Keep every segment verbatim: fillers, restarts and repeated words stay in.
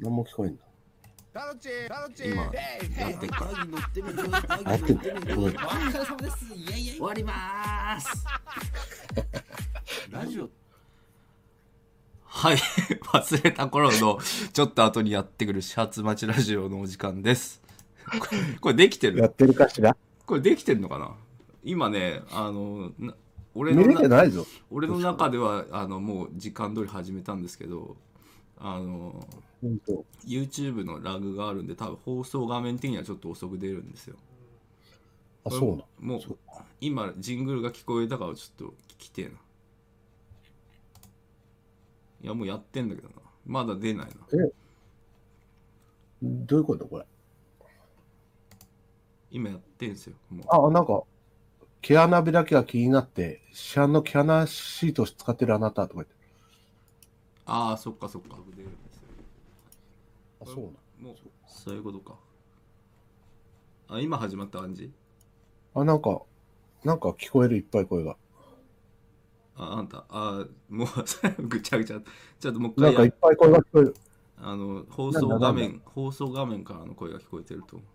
何も聞こえんだ。 今やってっからやってんの。ごめん。 お疲れ様です。イエイイエイ終わりまーすラジオはい忘れた頃のちょっと後にやってくる始発待ちラジオのお時間です。これ、これできてるやってるかしら。 これできてるのかな。今ね、あのな俺の見れてないぞ。 俺の中ではあのもう時間通り始めたんですけど、あの本当 YouTube のラグがあるんで多分放送画面的にはちょっと遅く出るんですよ。 あ、そうなの。 もう今ジングルが聞こえたからちょっと聞きてえな。いやもうやってんだけどな、まだ出ないな。 え、どういうことこれ。 今やってんすよ。もうあ、なんか毛穴開きが気になって市販の毛穴シートを使ってるあなたとか言って。 ああそっかそっか出るんですよ。 あ、そうなの。 もうそういうことか。あ、今始まった感じ。 あ、なんかなんか聞こえる、いっぱい声が。 あ、あんた、あ、もうぐちゃぐちゃ。ちょっともう一回やなんかいっぱい声が聞こえる。 あの放送画面放送画面からの声が聞こえてると思う。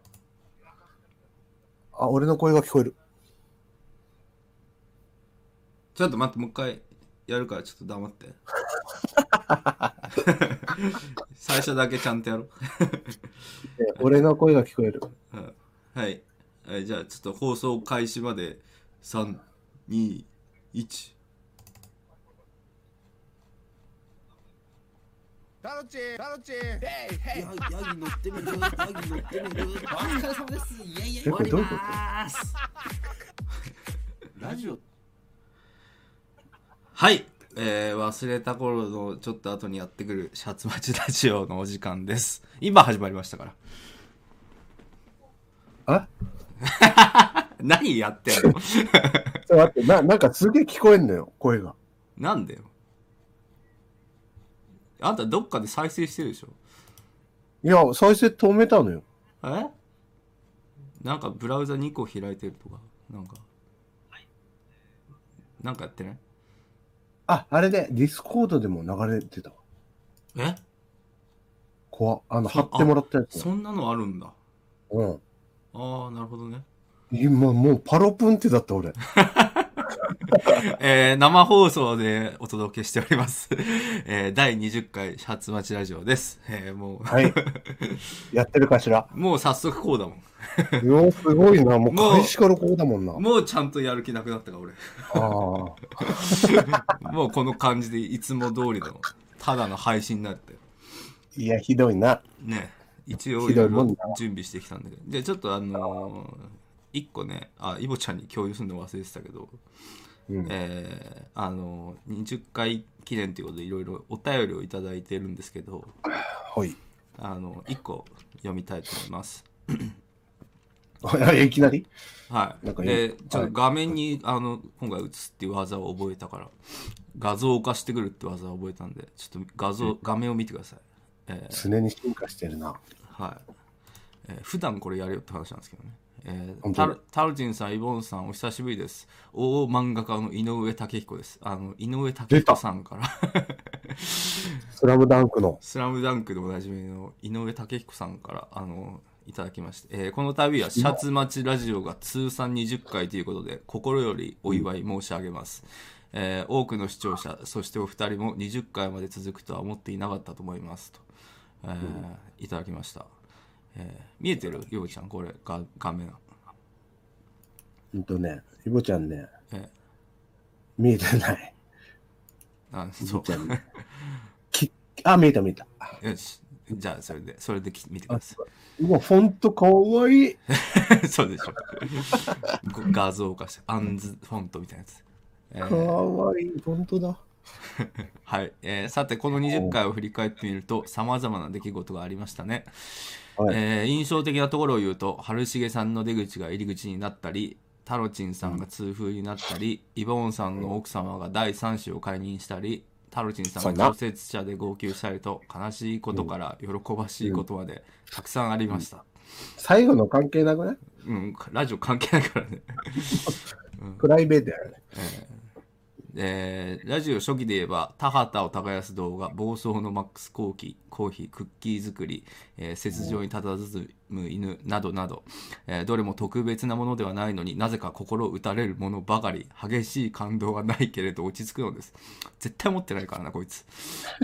あ、俺の声が聞こえる。 ちょっと待って、もう一回やるからちょっと黙って最初だけちゃんとやろう俺の声が聞こえる。 はい、はい、じゃあちょっと放送開始までさん、に、いち。 タロチタロチヘイヘイヤギ乗ってみるヤギ乗ってみるお疲れ様ですイエイイエイえ終わりこれどういうこまーすラジオはい、えー、忘れた頃のちょっと後にやってくるシャツ待ちラジオのお時間です。今始まりましたからあ何やってんのちょっと待って、な、なんかすげえ聞こえんのよ、声が。 なんでよ。あんたどっかで再生してるでしょ。 いや、再生止めたのよ。 えなんかブラウザにこ開いてるとかなんかなんかやってない？ あ、あれで、ディスコードでも流れてたわ。 え怖っ。あの、 そ貼ってもらったやつ。 そんなのあるんだ。 うん。 ああなるほどね。 今もうパロプンってだった俺。 えー、生放送でお届けしております、えー、だいにじゅっかい始発待ちラジオです、えー、もう、 はい、やってるかしら。 もう早速こうだもんよすごいな、もう開始からこうだもんな。 もうちゃんとやる気なくなったか俺あもうこの感じでいつも通りのただの配信になっていやひどいなね。一応いろいろ準備してきたんだけど、でちょっとあのー、一個ね、あイボちゃんに共有するの忘れてたけど、うん、えー、あのにじゅっかい記念ということでいろいろお便りをいただいてるんですけど、 はい、 あのいっこ読みたいと思いますいきなりはいでちょっと画面に、はい、あの今回映すっていう技を覚えたから画像化してくるって技を覚えたんでちょっと画像、うん、画面を見てください、 えー、常に進化してるな。 はい、えー、普段これやるよって話なんですけどね。えー、タ, ルタルジンさん、イボンさん、お久しぶりです。大漫画家の井上武彦です。あの井上武彦さんからスラムダンクのスラムダンクでおなじみの井上武彦さんからあのいただきまして、えー、この度はシャツ待ちラジオが通算にじゅっかいということで心よりお祝い申し上げます、うん、えー、多くの視聴者そしてお二人もにじゅっかいまで続くとは思っていなかったと思いますと、えーうん、いただきました。えー、見えてるようちゃんこれが画面。 うんとね、イボちゃんね、 え見えてない。 あ、そう。 ちゃん、ね、きあ、見えた見えた。 よし、じゃあそれでそれで見てください。うわ、フォントかわいい。 そうでしょ。画像化してアンズフォントみたいなやつ。 えー、かわいいフォントだ。 はい、えー、さてこのにじゅっかいを振り返ってみるとさまざまな出来事がありましたね。はい、えー、印象的なところを言うと春重さんの出口が入り口になったりタロチンさんが痛風になったり、うん、イボーンさんの奥様がだいさん子を解任したりタロチンさんが除雪車で号泣したりと悲しいことから喜ばしいことまでたくさんありました、うんうん、 最後の関係なくない？ うん、ラジオ関係ないからね、 うん、プライベートやね、 えーえーラジオ初期で言えば田畑を耕す動画、暴走のマックスコーヒー、コーヒークッキー作り、えー雪上に佇む犬などなど、えーどれも特別なものではないのになぜか心打たれるものばかり。激しい感動はないけれど落ち着くのです。絶対持ってないからなこいつ。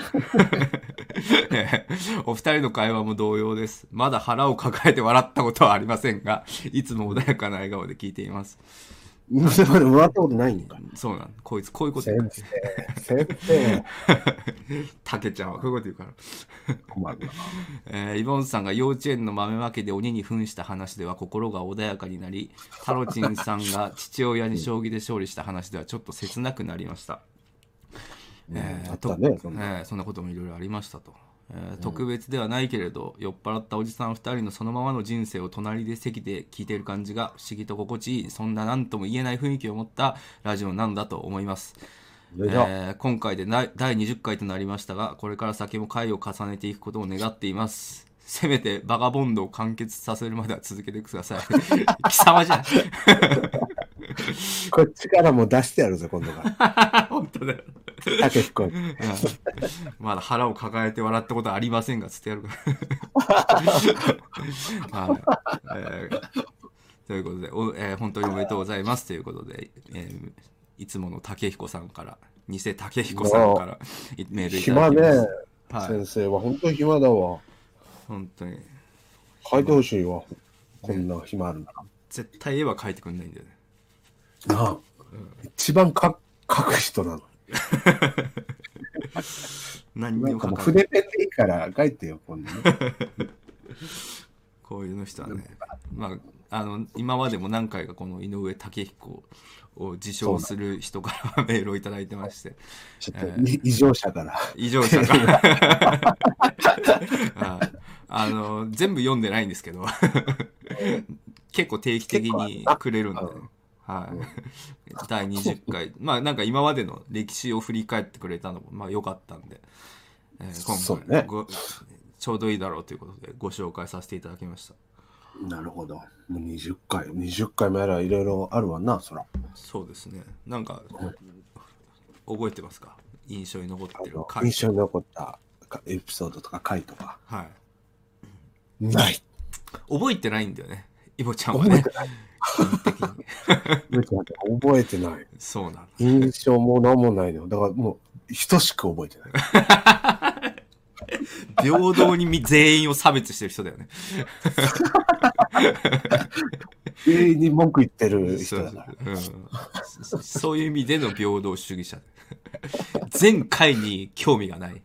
えーお二人の会話も同様です。まだ腹を抱えて笑ったことはありませんが、いつも穏やかな笑顔で聞いています。 それまでもらったことないんか。 そうなんこいつこういうこと先言う生、先生。 たけちゃんはこういうこと言うから困るな。 えーイボンさんが幼稚園の豆まきで鬼に扮した話では心が穏やかになり、タロチンさんが父親に将棋で勝利した話ではちょっと切なくなりました。えーあったねとそんなえーそんなこともいろいろありましたと、えー特別ではないけれど酔っ払ったおじさんふたりのそのままの人生を隣で席で聞いている感じが不思議と心地いい、そんな何とも言えない雰囲気を持ったラジオなんだと思います。 よいしょえー今回でなだいにじゅっかいとなりましたが、これから先も回を重ねていくことを願っています。せめてバガボンドを完結させるまでは続けてください。貴様じゃん。 こっちからも出してやるぞ、今度から。 本当だよ。 たけし君。 うんまだ腹を抱えて笑ったことはありませんがつってやるから、はいえーということでお、えー本当におめでとうございますということで、えーいつもの竹彦さんから偽竹彦さんからメールいただ暇ね、 きます。はい、 先生は本当に暇だわ。 本当に書いてほしいわ。こんな暇あるなら。 絶対絵は描いてくんないんだよね。 なあ、一番か書く人なの。 何なんかもうにも描かない。 筆ペンでいいから書いてよ、今度ね。 こういうの人はね、まあ、あの今までも何回かこの井上武彦を自称する人からメールをいただいてまして、 ちょっと、異常者から。 異常者がああの全部読んでないんですけど結構定期的にくれるんで、はいだいにじゅっかいまあなんか今までの歴史を振り返ってくれたのもまあ良かったんで、えー、今回、 そうねごちょうどいいだろうということでご紹介させていただきました。 なるほど。もうにじゅっかい、にじゅっかいもやらいろいろあるわな、そら。 そうですね。なんか、覚えてますか？印象に残ってる回。 印象に残ったエピソードとか回とか。 はい。 ない。 覚えてないんだよね。イボちゃんはね。 覚えてない。 基本的に覚えてない。 そうなの。 印象も何もないの。だからもう、等しく覚えてない。 平等にみ全員を差別してる人だよね。 全員に文句言ってる人だから。 そうそう、うん、そういう意味での平等主義者。全回に興味がない。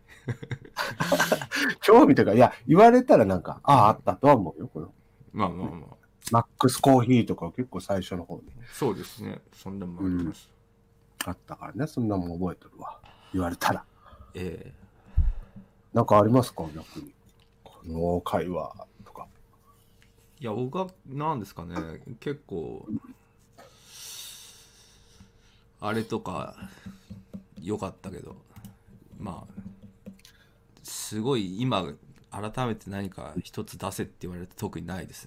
興味というか、いや、言われたらなんか、ああ、あったとは思うよ。このまあまあまあ。 マックスコーヒーとか結構最初の方に。 そうですね。そんなもんあります、 うん。あったからね。そんなもん覚えてるわ。言われたら。 ええなんかありますか逆に。この会話とか。 いや、僕は、なんですかね、結構、あれとか、良かったけど、まあ、すごい今、改めて何か一つ出せって言われると特にないですね。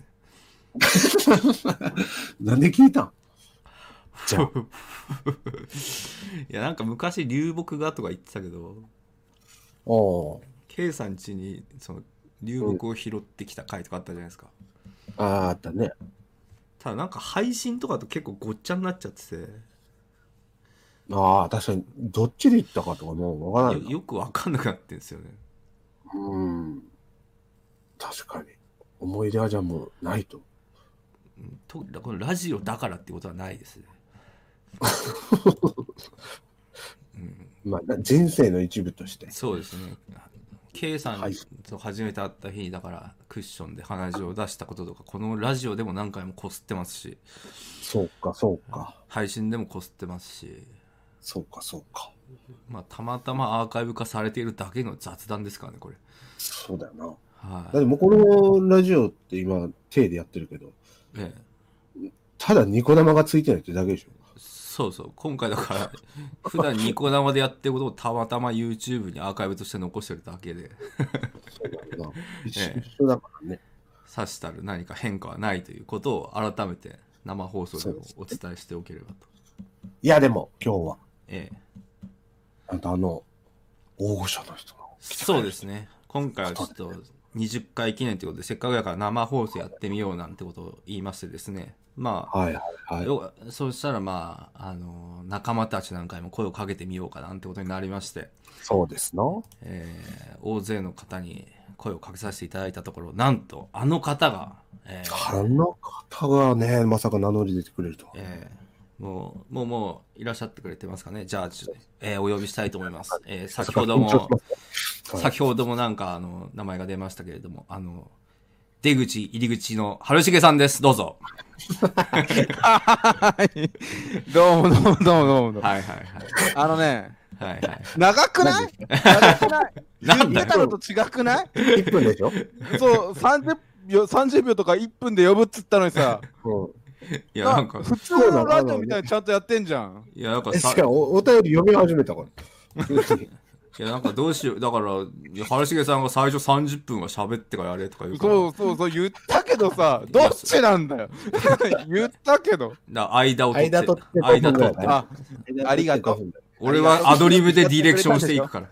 なんで聞いたんじゃあ。 いや、なんか昔流木がとか言ってたけど、 お K さん家にその流木を拾ってきた回とかあったじゃないですか。 ああ、あったね。 ただなんか配信とかと結構ごっちゃになっちゃってて、 ああ、確かに、どっちで行ったかとかもうわからないな。 よよくわかんなくなってんですよね。 うん。確かに。思い出はじゃあもうないと。 とこのラジオだからってことはないですね。うん、 まあ、人生の一部として。 そうですね。K さんと初めて会った日にだからクッションで鼻血を出したこととかこのラジオでも何回もこすってますし、 そうか、そうか。 配信でもこすってますし、 そうか、そうか。 まあたまたまアーカイブ化されているだけの雑談ですからねこれ。 そうだよな。 はい、 だってもうこのラジオって今手でやってるけど、 ええ、 ただニコ生がついてないってだけでしょ。 そうそう、今回だから普段ニコ生でやってることをたまたま YouTube にアーカイブとして残してるだけでそうだよな。一ええ一緒だからね。 さしたる何か変化はないということを改めて生放送でお伝えしておければと。 いや、でも今日はええなんとあの、大御所の人が来てくれる。 そうですね。今回はちょっとにじゅっかい記念ということで、せっかくだから生放送やってみようなんてことを言いましてですね。まあ、 はいはいはい。 よそうしたらまあ、あの、仲間たちなんかにも声をかけてみようかなんてことになりまして、 そうですの。 えー大勢の方に声をかけさせていただいたところ、なんと、あの方が、えーあの方がね、まさか名乗り出てくれるとは。 えーもう、もう、もう、いらっしゃってくれてますかね。じゃあ、ちょっと、えーお呼びしたいと思います。えー先ほども、 はい先ほどもなんか、あの、名前が出ましたけれども、あの、出口、入り口の春重さんです。どうぞ。 はいどうもどうもどうもどうも。 はいはいはい。 あのね、 はいはい。 長くない長くないなんだよ言ってたのと違くないいっぷんでしょ。 そう、さんじゅうびょう、さんじゅうびょうとかいっぷんで呼ぶっつったのにさ、 うん。 いや、なんか、 普通のラジオみたいにちゃんとやってんじゃん。 いや、なんかえ、 さ、 しかもおお便り読み始めたから。 いや、なんかどうしよう。だから、春重さんが最初さんじゅっぷんは喋ってからやれとか言うから。 そうそうそう、言ったけどさ、どっちなんだよ。言ったけど。 だ間を取って。 間取って間取って。 あ、ありがとう。 俺はアドリブでディレクションしていくから。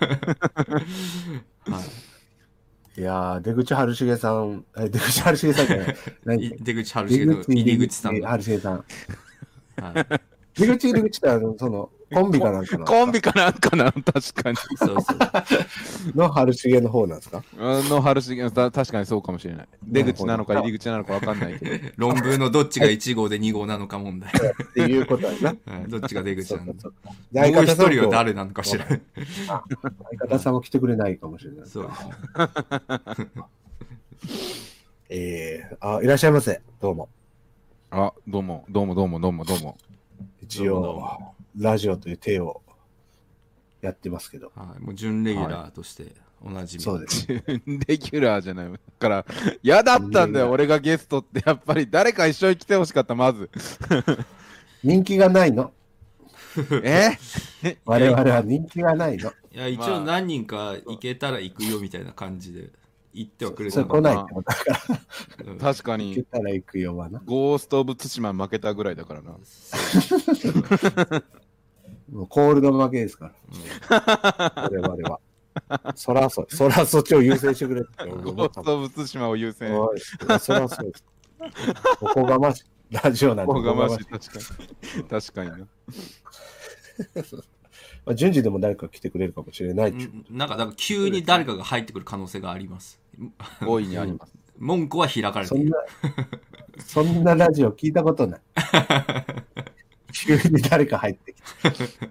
はいいやー、出口春重さん、え出口春重さんじゃない。何い出口春重の入り口さんの。 春重さん。 はい出口入り口ってあの、その、コンビかなんかの。 コンビかなんかな、確かに。 そうそう。 の春重の方なんですか。 あの春重た確かにそうかもしれない。出口なのか入り口なのかわかんないけど。 論文のどっちがいち号でに号なのか問題。 っていうことだな。 はいどっちが出口なのか。 そうもで相う一方さんと人は誰なのか知らない。 相方さんも来てくれないかもしれない。 そう。 えー、あ、いらっしゃいませ。どうも。 あ、どうも、どうもどうもどうもどうも。 一どうもどう応も、 ラジオという手をやってますけど。 はい、もう準レギュラーとしておなじみ。 そうです。 レギュラーじゃない。だから、嫌だったんだよ、俺がゲストって。やっぱり誰か一緒に来てほしかった、まず。 人気がないの。 え我々は人気がないの。 いや、一応何人か行けたら行くよみたいな感じで行ってはくれそたのれ来ないってことだから。 うん確か行けに、 たら行くよはな。 ゴースト・オブ・ツシマ負けたぐらいだからな。 もうコールド負けですから。我々は。そらそう、そらそっちを優先してくれって俺ゴ思ったもん。 ースト・オブ・ツシマを優先。 おいそらそうです。ここがまし、ラジオなんてここがましい、 ここ確かに。確かにな。 まあ順次でも誰か来てくれるかもしれないっちゅう。 うんなんか、だから急に誰かが入ってくる可能性があります。 大いにあります。 門戸は開かれている。 そんな、そんなラジオ聞いたことない。急に誰か入ってきて。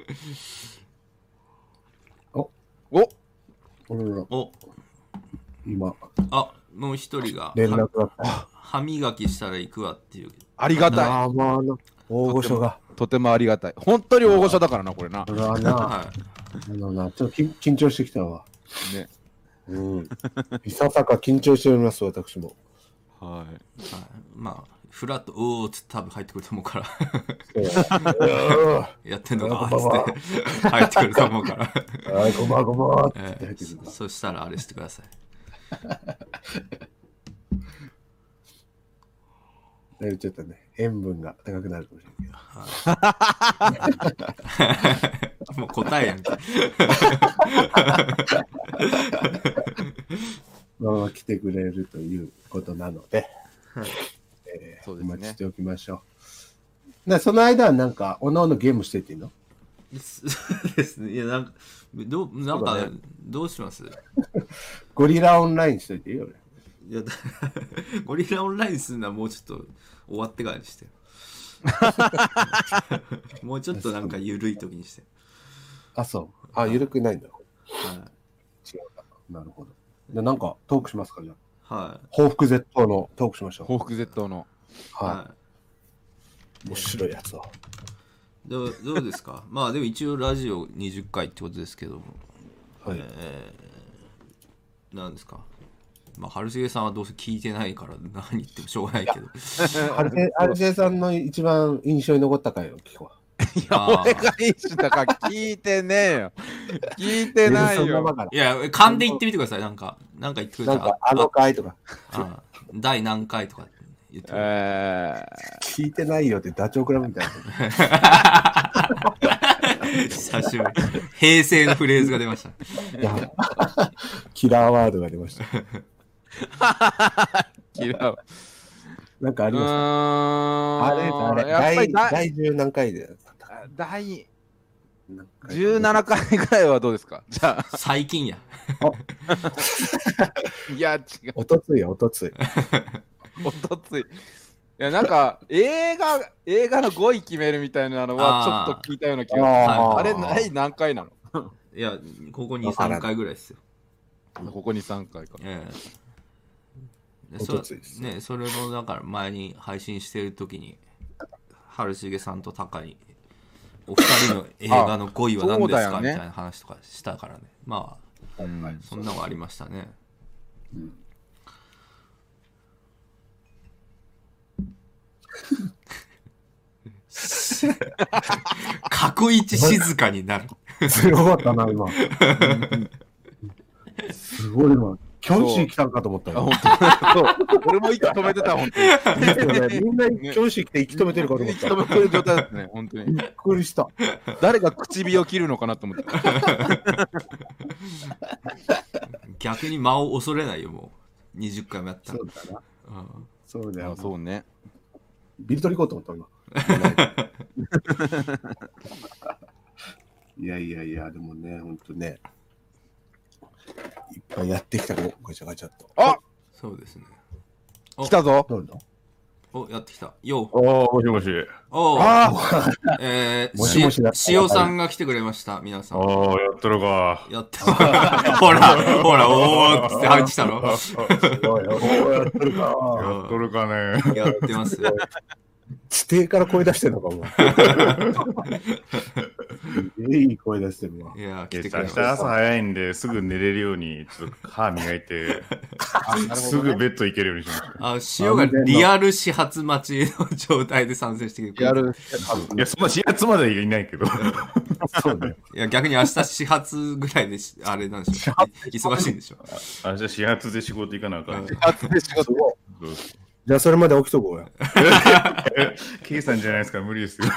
お俺らお今、 あもう一人が連は絡があった。 歯磨きしたら行くわっていう。 ありがたい。 ああ、まあ、あの、大御所が。 とてもありがたい。本当に大御所だからな、これな。 俺はな、 はあのな、ちょっとき緊張してきたわ。 ね。 うん。いささか緊張しております、私も。 はい。 い。はい、まあ、フラット、おーっつって多分入ってくると思うから。 そうやってんのかこんばんはっつって入ってくると思うから。 はい、ごまごまってえ入ってくるー、そしたらあれしてください。 だいぶちょっとね、塩分が高くなるかもしれないけど。 もう答えやんけ。 まあ、来てくれるということなので、 はいえーそうですねお待ちしておきましょう。でその間はなんか、おのおのゲームしてっていいの？ そうですね。いや、なんか、どう、なんか、 そうだねどうしますゴリラオンラインしといていいよ、俺。 いや、だゴリラオンラインするのはもうちょっと終わってからにしてよ。もうちょっとなんか緩い時にして。 あ、そう。あ、緩くないんだ。 はい。 違うな。なるほど。で、なんかトークしますか、じゃあ。 は報復絶倒のトークしましょう。 報復絶倒の。 い。 は。 はい面白いやつを。 い。どうどうですかまあでも一応ラジオにじゅっかいってことですけども、 はい。 えー、なんですかまあ、春重さんはどうせ聞いてないから何言ってもしょうがないけど。 アルジェアルジェさんの一番印象に残った回を聞こう。 いや、俺がいいしだから聞いてねえよ。聞いてないよ。 そんなバカないや、勘で言ってみてください。なんか、なんか言ってください。 なんか、あの回とか。 ああ第何回とか言ってください。 え聞いてないよってダチョウ倶楽部みたいな。 久しぶり。平成のフレーズが出ました。 いやキラーワードが出ました。 キラー。 なんかあうりました。あれーん。 あれやっぱ第りだ第十何回で第何回じゅうななかいぐらいはどうですか？じゃあ。 最近や。 いや、違う。 おとついやおとつい。 おとつい。いや、なんか、映画、映画のごい決めるみたいなのは、ちょっと聞いたような気がする。 あーあれ、ない何回なの？ いや、ここに、さんかいぐらいですよ。 ここにさんかいか。 ええおとついですね、それもだから前に配信してる時に春重さんとタカにお二人の映画のごいは何ですか、みたいな話とかしたからね。まあ、 うん、 そんなのがありましたね。 うん過去一静かになる。 強かったな今。すごい今。キョンシー来たんかと思ったよ。 あ本当そう俺も息止めてた、本当に。 ですよねみんなキョンシー来て息止めてるかと思った。 息止めてる状態ですね、本当に。 びっくりした。 誰が唇を切るのかなと思って。 逆に間を恐れないよ、もう。にじゅっかいもやったら。 そうだな。 うんそうだよ。 そうね。 ビル取り行こうと思った今。いやいやいや、でもね、ほんとね。いっぱいやってきたの、ガチャガチャっと。 あそうですね。 来たぞ。 なんだお、やってきた。よう。 おー、もしもし。 おあえー、 もしもしだったしおさんが来てくれました、皆さん。 おー、やっとるか。 やった。ほら、ほら、おーっつって入ってきたの。 おいおいやってるか。 やっとるかね。 やってますよ。 地底から声出してんのかも。いい声出してるわ。 いや、来いやてくれまし明日朝早いんですぐ寝れるように、ちょっと歯磨いて、すぐベッド行けるようにしました。 た。あ、しおがリアル始発待ちの状態で参戦してくれる。 やる。 いや、そんな始発まではいないけど。 そうだよ。 いや、逆に明日始発ぐらいでし、あれなんでしょ。忙しいんでしょ。 明日始発で仕事行かなあかん。 初で仕事。 そうじゃあそれまで起きとこうよ。 ケイさんじゃないですか、無理ですよ。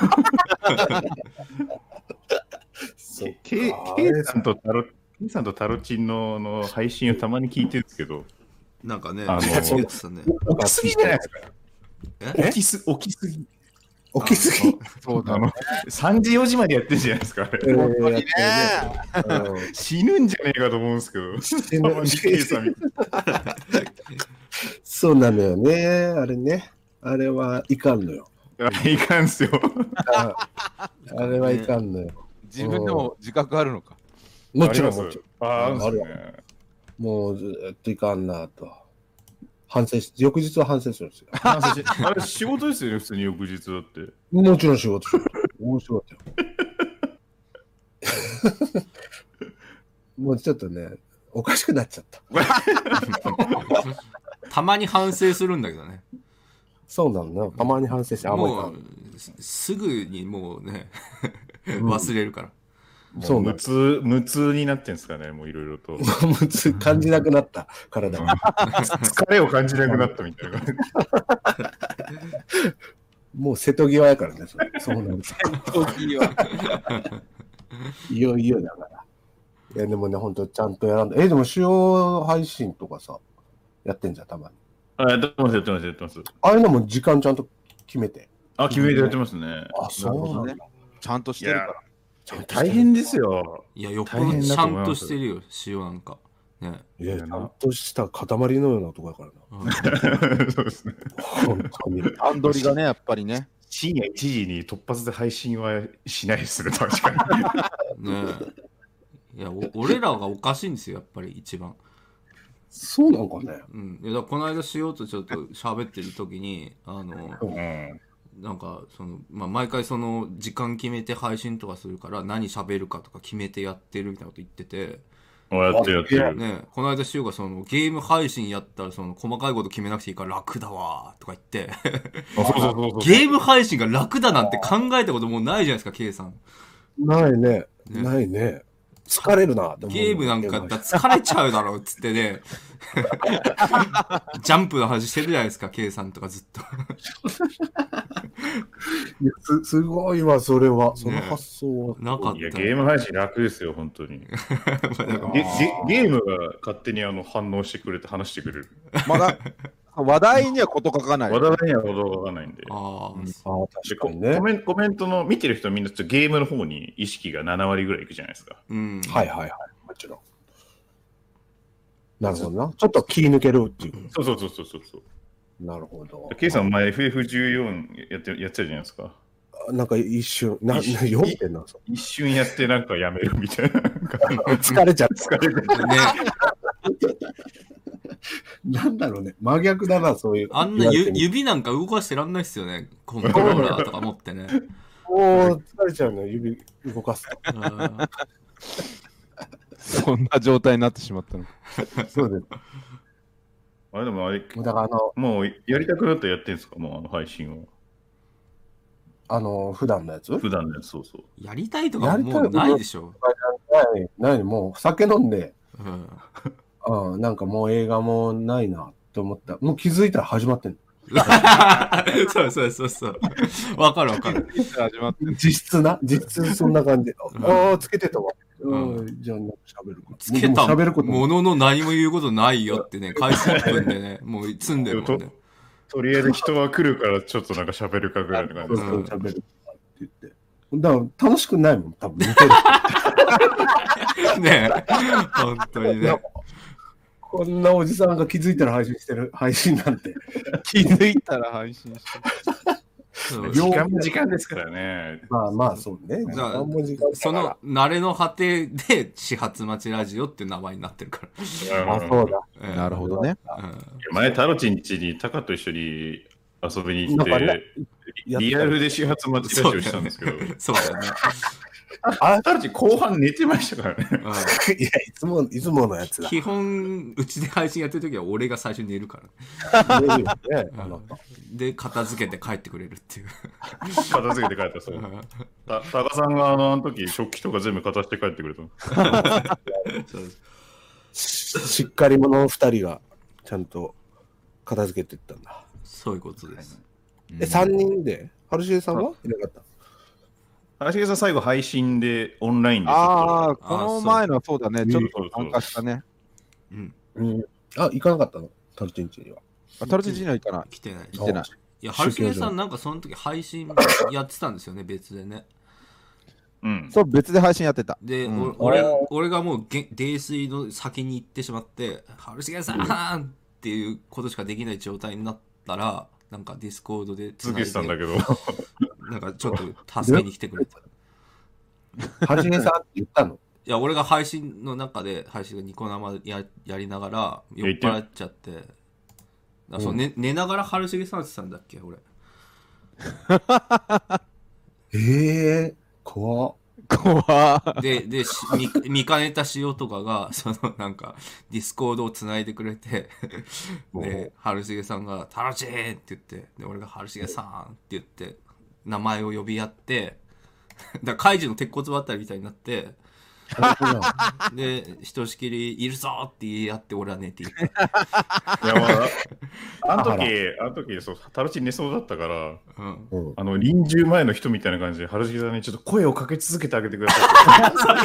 そうかケイケイさんとタロ、ケイさんとタロチンのの配信をたまに聞いてるんですけど、 なんかね、 あの言ってたね。 起きすぎじゃないですか。 え起きす、起きすぎ。 起きすぎ。 そうだあの、さんじよじまでやってるじゃないですか、あれ。 本当にね。 死ぬんじゃねえかと思うんですけど、 死ぬたまにケイさん見てそうなのよね。あれね。あれはいかんのよ。 あいかんすよ。 ああれはいかんのよ。 自分でも自覚あるのか。 もちろんありますもちろん。 あー、あるんですあね。 もうずっといかんなと。反省し、翌日は反省するんですよ。 ああれ仕事ですよね、普通に翌日だって。 もちろん仕事しよう。面白かったよ。もうちょっとね、おかしくなっちゃった。 たまに反省するんだけどね。 そうなのね。たまに反省して、あんまりいか。 もうんすすぐにもうね、忘れるから。 そうなの。 無痛、無痛になってんですかね、もういろいろと。 もうつ感じなくなった体が。 疲れを感じなくなったみたいな。 もう瀬戸際やからね、それそうなると。いよいよだから。いや、でもね、ほんとちゃんとやらんと。え、でも主要配信とかさ、やってんじゃん、たまに。 あ、やってます、やってます、やってます。 ああいうのも時間ちゃんと決めて。 あ、決めてやってますね。 あ、そうなんだ。 ちゃんとしてるから。 ちゃんとして大変ですよ。 いや、よっぽどちゃんとしてるよ、塩なんか。ね。 いや、ちゃんとした塊のようなとこやからな。 うんそうですね。 本当に。 段取りがね、やっぱりね。 深夜いちじに突発で配信はしないですね、確かに。 ねえ。いや、お俺らがおかしいんですよ、やっぱり一番。 そうなんかね。 うん。いや、だからこの間しようとちょっと喋ってる時に、あの、 うん。 なんか、その、まあ、毎回その、時間決めて配信とかするから、何喋るかとか決めてやってるみたいなこと言ってて、 あ、やってるやってる。 ねえ、この間しようがその、ゲーム配信やったら、その、細かいこと決めなくていいから楽だわーとか言って、 あ、そうそうそうそう。 ゲーム配信が楽だなんて考えたこともうないじゃないですか、K さん。 ないね。 ねないね。 疲れるなって思う。 ゲームなんかだったら疲れちゃうだろうっつってね。ジャンプの話してるじゃないですか、K さんとかずっと。 いや す, すごいわ、それは。その発想は。 なかった。 いや、ゲーム配信楽ですよ、本当に。ゲゲゲームが勝手にあの反応してくれて話してくれる。 まだ話題には事書かない。 話題にはこと書かないんで。 あああ、 で確かにね。 コメンコメントの見てる人みんなちょっとゲームの方に意識がなな割ぐらいいくじゃないですか。 うん。 はいはいはい。もちろん。なるほどな。ちょっと気抜けるっていう。 そうそうそうそうそうそう。 なるほど。 ケイさん、前 エフエフじゅうよん やってやってたじゃないですか。 なんか一瞬、な、 一瞬読んでんな。そ一瞬やってなんかやめるみたいな。 疲れちゃった。 疲れてる。 ね、 なんだろうね。真逆だな、そういう。 あんなゆ指なんか動かしてらんないっすよね。コントローラーとか持ってね。 もう疲れちゃうの、指動かすと。 うんそんな状態になってしまったの。 そうです。 あれでもあれ、 もうだからあの、 もうやりたくなったらやってんすか、もうあの配信を。 あの、普段のやつ普段のやつ、そうそう。 やりたいとかはもうないでしょ。 ない、ない、もう酒飲んで、 うん、 うん、なんかもう映画もないなって思った。もう気づいたら始まってんそうそうそうそう。わかるわかる。 始まっての。実質な、実質そんな感じ。 うんああ、つけてたわ。 ううんん、じゃあ、なんか喋るか。 つけた喋ることものの何も言うことないよってね、開始いっぷんでね、もう積んでるもんね。 とりあえず人は来るからちょっとなんか喋るかぐらいの感じそうです。 そう喋るかって言って。だから楽しくないもん、多分見てる。 ねえ、本当にね。 こんなおじさんが気づいたら配信してる配信なんて。 気づいたら配信してそう時間も時間ですからね。 まあまあ、そうね。時だから間も時間そだかの慣れの果てで始発待ちラジオっていう名前になってるから。 ら。あ、そうだ。 ええなるほどね。 うん前、タロチン家にタカと一緒に遊びに行っなんかねて、 やったリアルで始発待ちラジオしたんですけど、 そうだよね。 あ、 タロチン後半寝てましたからね。 うんいや、いつも、いつものやつだ。 基本、うちで配信やってる時は俺が最初に寝るから。 寝るよね、あなた。 で、片付けて帰ってくれるっていう。 片付けて帰ったそう。たタカさんがあのあの時食器とか全部片して帰ってくれたの。 そうですししっかり者の二人がちゃんと片付けていったんだ。 そういうことです。 え、三人で春重さんはいなかった橋毛さん最後配信でオンラインでちょっああ、この前のはそうだね。ちょっそうと参加したね。 うん。 うん。あ、行かなかったのタルチンチには。 あタルチンチには行かない。 来てない。 来てない。 いや、春重さんなんかその時配信やってたんですよね、別でね。 とうん。 そう、別で配信やってた。 で、 うんお俺あー俺がもうげ泥酔の先に行ってしまって「春重さん!」っていうことしかできない状態になったらなんかディスコードでつ続けてたんだけど。 なんかちょっと助けに来てくれた。 春重さんって言ったのいや俺が配信の中で配信がニコ生ややりながら酔っ払っちゃってだからそう、ね寝ながら春重さんって言ってたんだっけ俺。 ええー、怖っ。 怖で、で、し見見かねた塩とかが、そのなんか、ディスコードをつないでくれて、で、春重さんが、タロチーって言って、で、俺が春重さんって言って、名前を呼び合って、だから、カイジの鉄骨渡りみたいになって、で、ひとしきりいるぞって言い合って、俺は寝ていた。 いやまあ、あの時、あの時、そう、タロチン寝そうだったから、 うん。 うん。 あの、臨終前の人みたいな感じで、春重さんにちょっと声をかけ続けてあげてくださ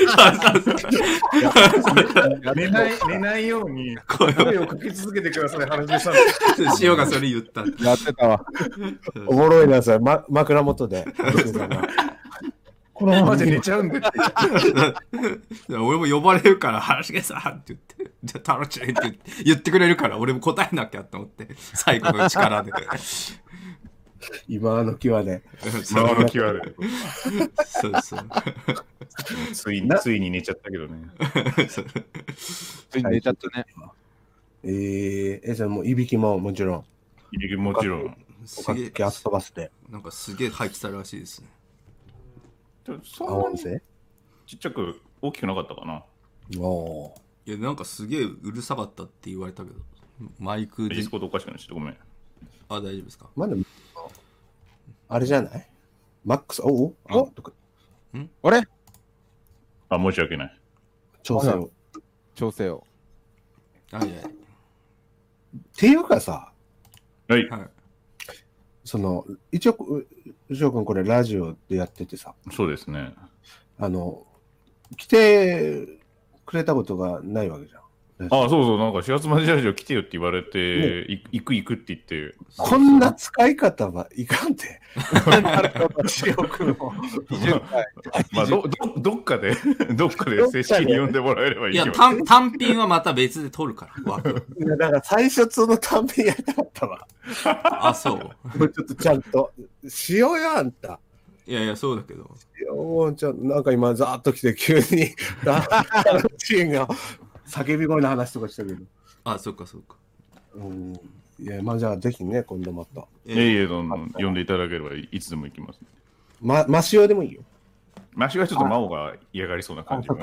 い。寝ない、寝ないように、声をかけ続けてください、春重さん。 塩がそれ言った。 やってたわ。 おもろいな、それ、ま、枕元で。春重さんがこのままで寝ちゃうんでって。 俺も呼ばれるから、原重さんって言って、じゃあ、タロチンって言って言ってくれるから、俺も答えなきゃと思って、最後の力で。 今の際で。 まあ、あの際で。 そうそう。 ついに、ついに寝ちゃったけどね。 ついに寝ちゃったね。 えー、え、それもういびきももちろん、 もちろん。 おすげえかきあす飛ばして、 なんかすげえ入ってたらしいですね。 そあ、音んなに声ちっちゃく大きくなかったかな。 おー。 いや、なんかすげえうるさかったって言われたけど、マイクでディス。コードおかしくなっちゃってごめん。 あ、大丈夫ですか。 まあでも、あれじゃないマックス、おおあおとか。 あれあ、申し訳ない。 調整を。 調整を。 はいはい。 っていうかさ、 はい。 はい、 その、一応、牛尾君これラジオでやっててさ、 そうですね。 あの、来てくれたことがないわけじゃん。 ああ、そうそう、なんかしがつまでラジオ来てよって言われて、ね、行く行くって言って。 こんな使い方はいかんて。牛尾君を。 まあど、ど、どっかで、どっかで正式に呼んでもらえればいい。 いや、単単品はまた別で取るから、枠。 いや、だから最初その単品やりたかったわ。 あ、そう。 もうちょっとちゃんと。しようよ、あんた。 いやいや、そうだけど。 いや、もうちょなんか今、ざーっと来て、急に、チームが叫び声の話とかしたけど。 あ、そっかそっか。 うん。いや、まあじゃあ、ぜひね、今度また。 いえいえ、どんどん呼んでいただければいつでも行きます、ね。 ま、マシオでもいいよ。 マシオはちょっと真央が嫌がりそうな感じが。 ま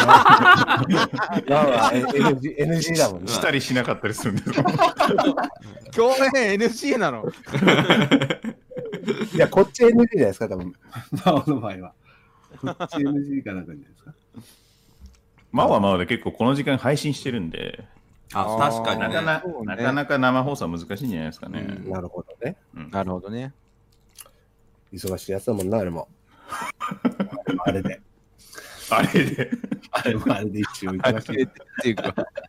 あ、エヌジー、エヌジー だもんね。 したりしなかったりするんですよ。 共演 エヌジー なのいや、こっち エヌジー じゃないですか、多分。真央の場合は。こっち エヌジー かなんかじゃないですか。 真央は真央で結構この時間配信してるんで。 あ、確かに、ね、 なかなか、ね、なかなか生放送は難しいんじゃないですかね。 うん、なるほどね、 うん。なるほどね。 忙しいやつだもんな、あれも。あれで。 あれで。 あれもあれで一応忙しい。 っていうか。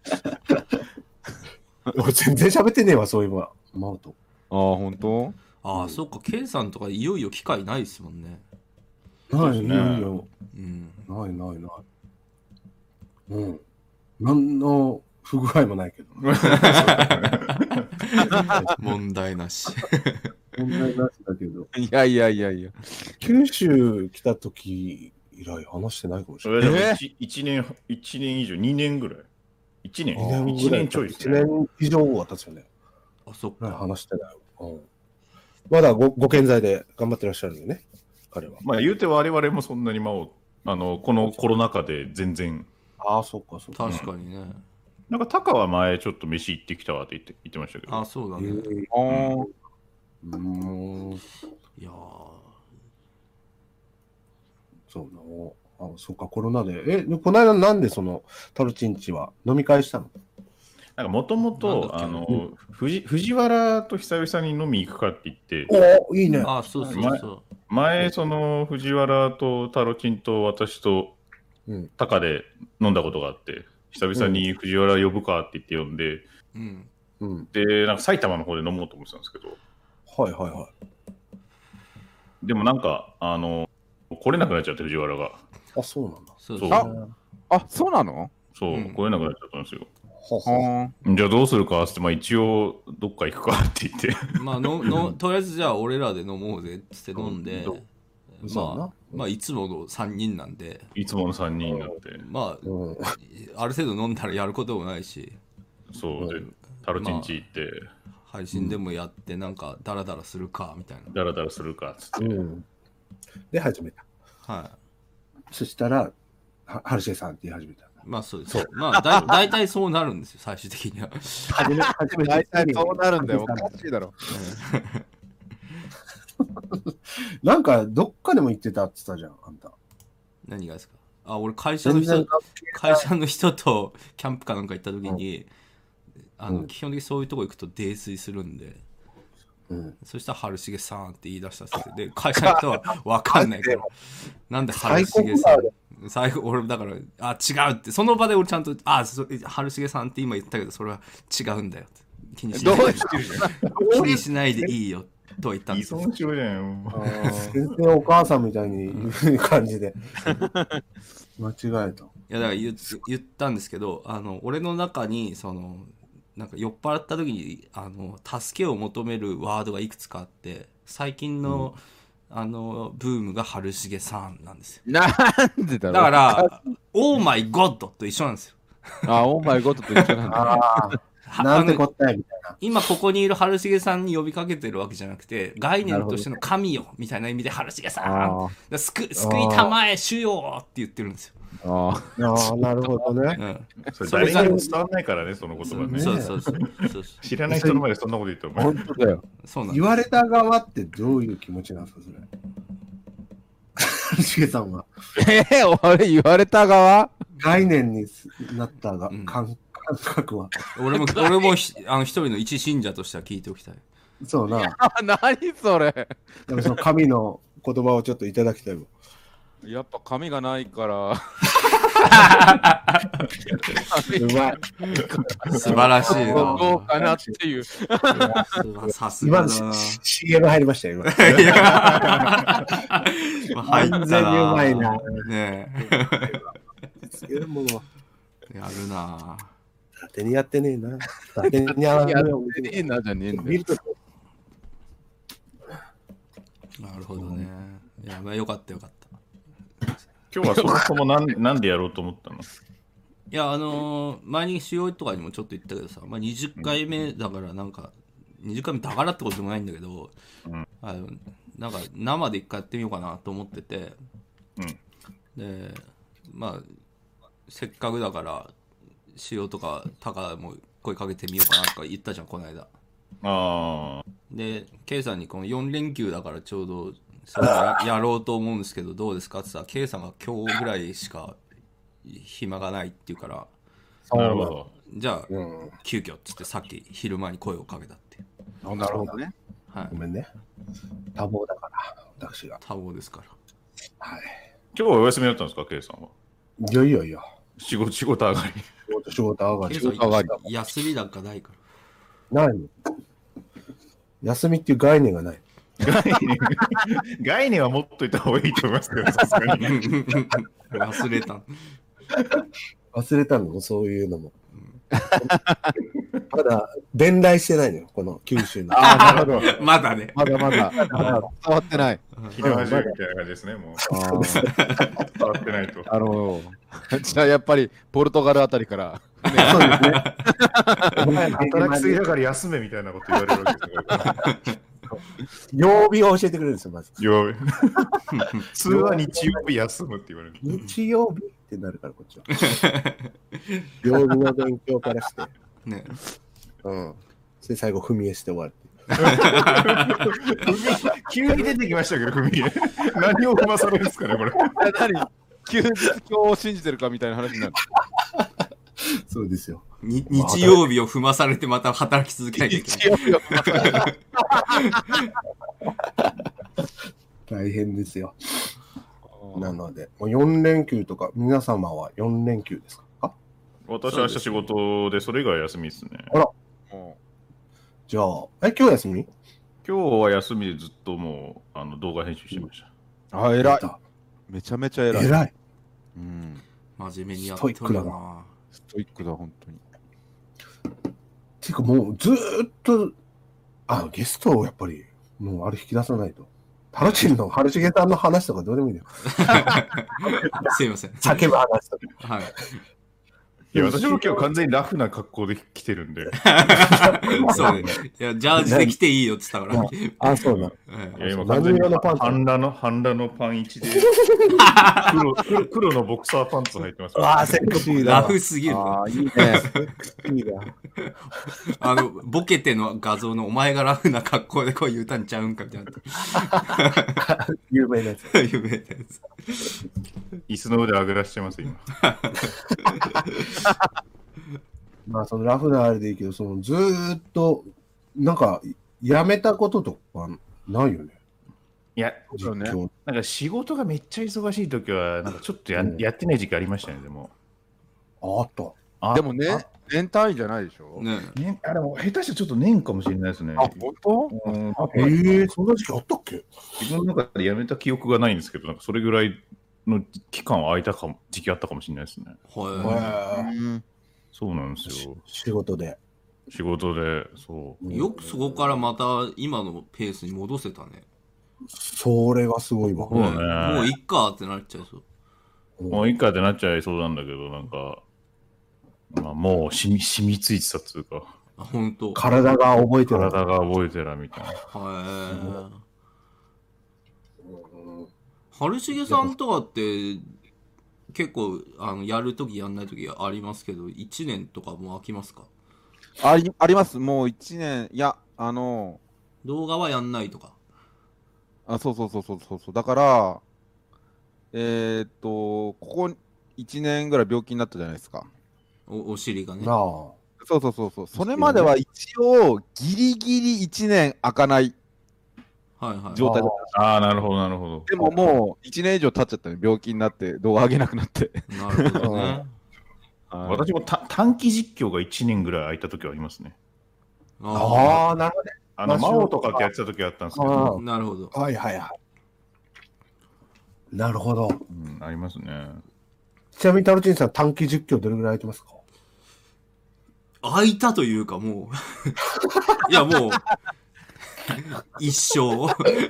俺全然喋ってねえわ、そういえば。真央と。 ああ、ほんと？ ああ、そっか、K さんとかいよいよ機会ないですもんね。 ないね。 ないよ。うん。ないないない。うん。なんの不具合もないけど。 問題なし。 問題なしだけど。 いやいやいやいや。 九州来た時以来話してないかもしれない。 えー、いちねん、一年以上、にねんぐらい。いちねん、いちねんちょいですね。いちねん以上は経つよね。 あ、そっか。 話してない。うん。まだ ご, ご健在で頑張ってらっしゃるよね、彼は。 まあ言うて我々もそんなにまあ、あの、このコロナ禍で全然。 ああ、そっかそっか。 確かにね。 なんか、タカは前ちょっと飯行ってきたわって言って、言ってましたけど。 あ、そうだね。 ああ。うん。 いやー。 そうな。あ、そっか、コロナで。え、この間なんでその、タルチンチは飲み会したの？ なんかもともと、あの、うん、藤, 藤原と久々に飲み行くかって言って、 おいいね。 あ、そうそうそう。 前、前その、藤原とタロチンと私と、タカで飲んだことがあって、久々に藤原呼ぶかって言って呼んで、 うんうん、 で、なんか埼玉の方で飲もうと思ってたんですけど、 はいはいはい。 でもなんか、あの、来れなくなっちゃって、藤原が。 あ、そうなんだ。 そうそう。 あ、あ、そうなの？ そう、うん、来れなくなっちゃったんですよ。 ははじゃあどうするかって、まあ、一応どっか行くかって言ってまあののとりあえずじゃあ俺らで飲もうぜって飲んで、まあ、まあいつものさんにんなんでいつものさんにんになってまあ、うん、ある程度飲んだらやることもないしそうでタロチンチ行って、まあ、配信でもやってなんかダラダラするかみたいなダラダラするかっつって、うん、 で始めた。 はいそしたらはるしげさんって言い始めた。 まあそうです。そうまあだ大体そうなるんですよ、最終的には。 初め初め大体そうなるんだよ。おかしいだろ。 なんかどっかでも言ってたって言ったじゃん、あんた。 何がですか？あ、俺会社の人会社の人とキャンプかなんか行った時に、うん、あの、うん、基本的にそういうとこ行くと泥酔するんで。うん、そしたら春重さんって言い出したっすで会社の人は分かんないからなんで春重さん最後俺だからあ違うってその場で俺ちゃんとあ春重さんって今言ったけどそれは違うんだよ気にしないで気にしないでいいよとは言ったんですよ。 依存症じゃん全然お母さんみたいに言う感じで間違えた。いやだから 言, 言ったんですけどあの俺の中にそのなんか酔っ払った時にあの助けを求めるワードがいくつかあって最近の、うん、あのブームが春重さんなんですよ。 なんでだろう。 だからオーマイゴッドと一緒なんですよ。 あオーマイゴッドと一緒なんだ。 なんてこったいみたいな。 今ここにいる春重さんに呼びかけてるわけじゃなくて概念としての神よみたいな意味で春重さん救, 救いたまえ主よって言ってるんですよ。 ああ、なるほどね。 うん、それ誰にも伝わらないからね、その言葉ね。 そうそうそうそう知らない人の前でそんなこと言っても。 本当だよ。言われた側ってどういう気持ちなんですか、それ。しげさんは。 えー、俺言われた側概念になったが、 うん感感覚は。 俺も、俺もひあの一人の一信者としては聞いておきたい。 そうな。 あ、何それ。 でもその神の言葉をちょっといただきたいもん。 やっぱ髪がないから。 うまい。 素晴らしいな。 どうかなっていう。 さすが今だな。 シーエム 入りましたよ、今。 いや入ったな。 完全にうまいな。 ねすげえもの。 え。やるな。 当てにやってねえな。当てにやらやないってねえなじゃねえんだよ。 見るとなるほどね。いや、まあよかったよかった。 今日はそもそもなんなんでやろうと思ったの？ いや、あのー、前にしおいとかにもちょっと言ったけどさ、まあ、にじゅっかいめだからなんか、にじゅっかいめだからってことでもないんだけど、 うん、 あのなんか生で一回やってみようかなと思ってて、 うん、 で、まあ、せっかくだから、しおとかタカも声かけてみようかなとか言ったじゃん、この間。 ああ。 で、K さんにこのよん連休だからちょうどそれややろうと思うんですけど、どうですかってさ、K さんが今日ぐらいしか暇がないって言うから、 なるほど。 じゃあ、 うん、 急遽っつってさっき昼間に声をかけたっていう。 あ、なるほどね。 はい。 ごめんね。多忙だから、私が。 多忙ですから。 はい。 今日はお休みだったんですか、K さんは。 いやいやいや。 仕事、仕事上がり。 仕事、仕事上がり。 K 仕さん事上がりだ。 休みなんかないから。 ないの。休みっていう概念がない。 概念概念は持っといた方がいいと思いますけど、さすがに。 忘れた。 忘れたの、そういうのも。まだ伝来してないのよ、この九州の。 ああ、なるほど。 まだね。 まだまだ。まだ伝わってない。 ひなはじめみたいな感じですね、もう。 あ伝わってないと。 あ、なるほど。じゃあやっぱりポルトガルあたりから。 そうですね。 お前働きすぎだから休めみたいなこと言われるわけですよ。 曜日を教えてくれるんですよ、まず。 曜日。普通は日曜日休むって言われる。 日曜日ってなるから、こっちは。曜日の勉強からして。 ね。 うん。で、最後、踏み絵して終わる。 急に出てきましたけど、踏み絵。何を踏まされるんですかね、これ。 何休日今日を信じてるかみたいな話になる。 そうですよ。 に日曜日を踏まされてまた働き続けないといけない。 日曜日を大変ですよ。なので、もうよん連休とか、皆様はよん連休ですか？ 私は明日仕事で、それ以外は休みですね。 あら。じゃあ、え、今日休み？ 今日は休みでずっともうあの動画編集してました。 あ、偉い。めちゃめちゃ偉い。 偉い。 うん。 真面目にやってるな。 ストイックだ、本当に。 ていうかもうずーっと、あ、ゲストをやっぱり、もうあれ引き出さないと。タロチンの春重さんの話とかどうでもいいんだよ。 すいません。 叫ぶ話とか。 はい。 いや、私も今日完全にラフな格好で来てるんで。 そうね。いや、ジャージで来ていいよって言ったから。 あ、そうだ。 いや、今完全に何色のパンツ半裸の、半裸のパン一で黒黒、黒のボクサーパンツ履いてます。 ああ、セクシーだ。 ラフすぎる。 ああ、いいね。 セクシーだ。 あの、ボケての画像のお前がラフな格好でこう言うたんちゃうんかみたいな。 有名なやつ。 有名なやつ。 椅子の上であぐらしてます、今。 まあ、そのラフなあれでいいけど、そのずーっと、なんか、やめたこととかないよね。 いや、 そうね。 なんか仕事がめっちゃ忙しいときは、なんかちょっとや,、 うん、 やってない時期ありましたね、でも。 あった。 あでもね、年単位じゃないでしょ。 ねね、あでも下手したらちょっと年かもしれないですね。 あ、本当？ うん、 ええー、そんな時期あったっけ？ 自分の中でやめた記憶がないんですけど、なんかそれぐらいの期間は空いたかも時期あったかもしれないですね。 はへうん。 そうなんですよ。 仕事で。 仕事で、そい。よくそこからまた今のペースに戻せたね。 それがすごいわ。 そうねもういっかってなっちゃいそう。 う。もういいかってなっちゃいそうなんだけど、なんか、まあ、もう染み染みついてたっていうか、 あ、ほんと。 体が覚えてる。 体が覚えてらみたいな。 はい。春重さんとかって結構あのやるときやんないときありますけど、いちねんとかもう飽きますか？ あり、あります。もういちねん、いや、あの、 動画はやんないとか。 あ、そうそうそうそうそうそう。だから、えーっと、ここいちねんぐらい病気になったじゃないですか。 おお尻がね。 なあ。 そうそうそうそう。それまでは一応ギリギリいちねん開かないはいはい。 状態だっああ、なるほど、なるほど。 た。でももういちねん以上経っちゃったね。病気になって動画上げなくなって。 なるほどね。 私もた短期実況がいちねんぐらい空いた時はありますね。 ああ、なるほどね。 あの、魔王とかってやってた時はあったんですけど。 なるほど。 はいはいはい。なるほど。 うん、ありますね。 ちなみにタロチンさん、短期実況どれぐらい空いてますか？ 空いたというかもういやもう一生もう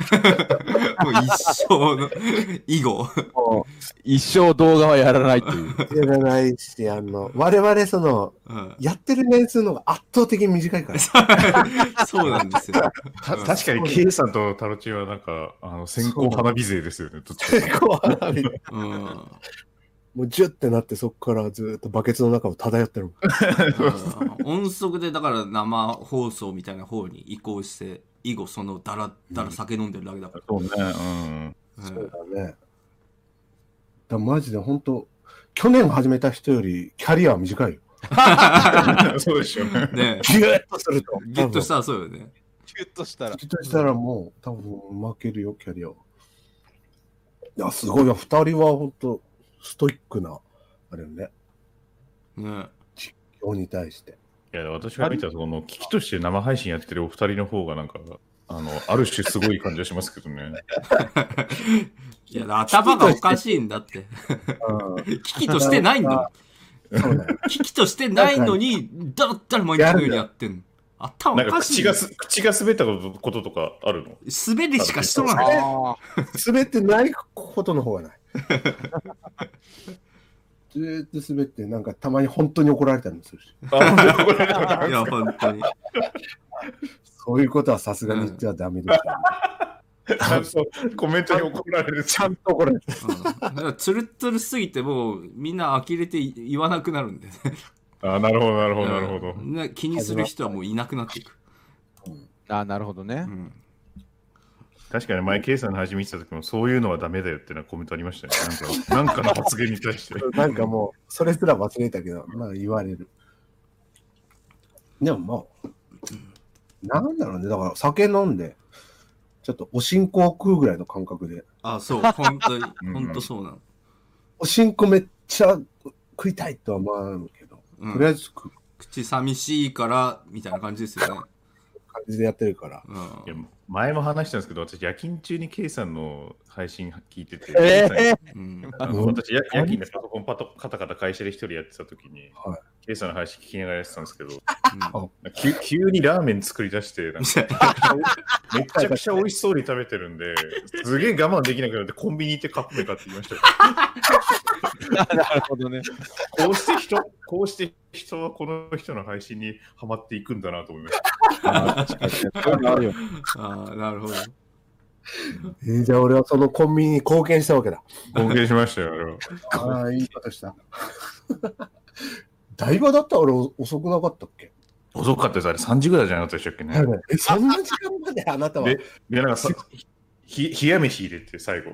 一生の以後一生動画はやらないっていう。 やらないし、あの、我々その、うん、やってる年数の方が圧倒的に短いから。 そうなんですよ。 確かに K さんとタロチンはなんか、あの、線香花火勢ですよね。 線香花火。うん。もうジュッてなってそこからずっとバケツの中を漂ってる。 音速でだから生放送みたいな方に移行して、以後そのだらだら酒飲んでるだけだから。 そうね。うん。 そうだね。だマジで本当去年始めた人よりキャリアは短いよ。 そうでしょうね。 ねギュッとすると。 ギュッとしたらそうよね。 ギュッとしたら。 ギュッとしたらもう多分負けるよ、キャリアは。いや、すごいよ。二人は本当ストイックな、あれよね。 ね。 実況に対して。 いや、私が見たその危機として生配信やってるお二人の方がなんか、あの、ある種すごい感じがしますけどね。 いや、頭がおかしいんだって。危機としてないんだもん。危機としてないのに、だったら毎日のようにやってんの。頭おかしい。 なんか口が、口が滑ったこととかあるの？ 滑りしかしとらない。 滑ってないことの方がない。ずーっと滑って、なんかたまに本当に怒られたりもするし。 いや、本当に。 そういうことはさすがに言ってはダメですよ、ね。 ちゃんとコメントに怒られる。 ちゃんと怒られる。 だからツルツルすぎてもうみんな呆れて言わなくなるんでね。 あ、なるほど、なるほど、なるほど。 気にする人はもういなくなっていく。 あ、なるほどね。うん、 確かに前、K さんの配信見てた時もそういうのはダメだよっていうのはコメントありましたね。なんか、なんかの発言に対して。 なんかもう、それすら忘れたけど、まあ言われる。でもまあ、なんだろうね。だから酒飲んで、ちょっとおしんこを食うぐらいの感覚で。 あ、そう、本当に、本当そうなの。 おしんこめっちゃ食いたいとは思わんけど、うん、とりあえず食う。 口寂しいからみたいな感じですよね。 感じでやってるから。 うん、 いや前も話したんですけど、私夜勤中に K さんの配信聞いてて、 えーうん、あの私夜勤でパソコンパトカタカタ会社で一人やってた時に、はい、K さんの配信聞きながらやってたんですけど、うん、急, 急にラーメン作り出してなんかめちゃくちゃ美味しそうに食べてるんで、すげえ我慢できなくなってコンビニ行ってカップ麺買ってきましたよ。 なるほどね。 こうして人、こうして人はこの人の配信にハマっていくんだなと思いました。 ああ、なるほど。 えー、じゃあ俺はそのコンビニに貢献したわけだ。 貢献しましたよ。 ああ、いいことした。台場だったら俺遅くなかったっけ？ 遅かったです。あれさんじぐらいじゃなかったでしたっけね。 え、そんな時間まであなたは。 で、でなんかさひ冷や飯入れて最後。